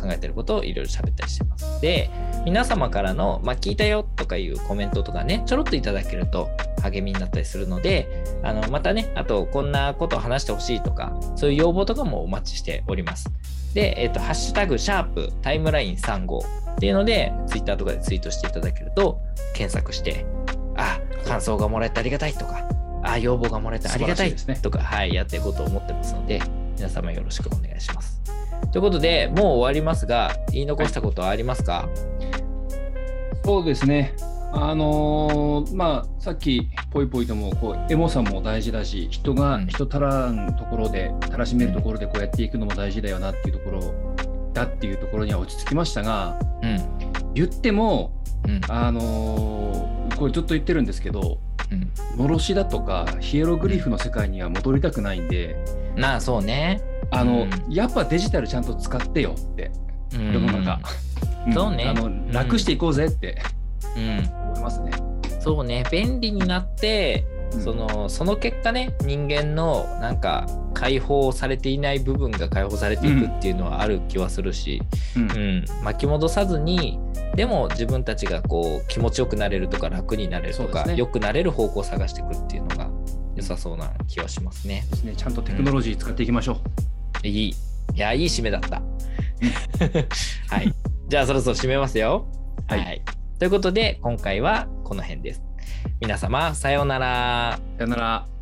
Speaker 1: 考えてることをいろいろ喋ったりしてます。で、皆様からの、まあ、聞いたよとかいうコメントとかね、ちょろっといただけると励みになったりするので、あのまたね、あとこんなことを話してほしいとか、そういう要望とかもお待ちしております。で、えっと、ハッシュタグ、シャープ、タイムラインさんごっていうので、ツイッターとかでツイートしていただけると、検索して、あ、感想がもらえてありがたいとか、あ、要望がもらえてありがたいとか、はい、やっていこうと思ってますので、皆様よろしくお願いします。ということで、もう終わりますが、言い残したことはありますか？はい、
Speaker 2: そうですね。あのー、まあさっきぽいぽいともこうエモさも大事だし、人が、うん、人たらんところでたらしめるところでこうやっていくのも大事だよなっていうところだっていうところには落ち着きましたが、うん、言っても、うん、あのー、これちょっと言ってるんですけど、うん、のろしだとかヒエログリフの世界には戻りたくないんで、
Speaker 1: なあ、そうね、
Speaker 2: あの、うん、やっぱデジタルちゃんと使ってよって、うん、世の中、うん、そうね、あの楽していこうぜって、うん、思いますね。
Speaker 1: そうね、便利になって、うん、そのその結果ね、人間のなんか解放されていない部分が解放されていくっていうのはある気はするし、うんうん、巻き戻さずに、でも自分たちがこう気持ちよくなれるとか楽になれるとか、ね、良くなれる方向を探していくっていうのが良さそうな気はしますね。
Speaker 2: ですね、ちゃんとテクノロジー使っていきましょ
Speaker 1: う。いい、いや、いい締めだった。はい、じゃあそろそろ締めますよ。はい、はい、ということで今回はこの辺です。皆様さようなら。
Speaker 2: さようなら。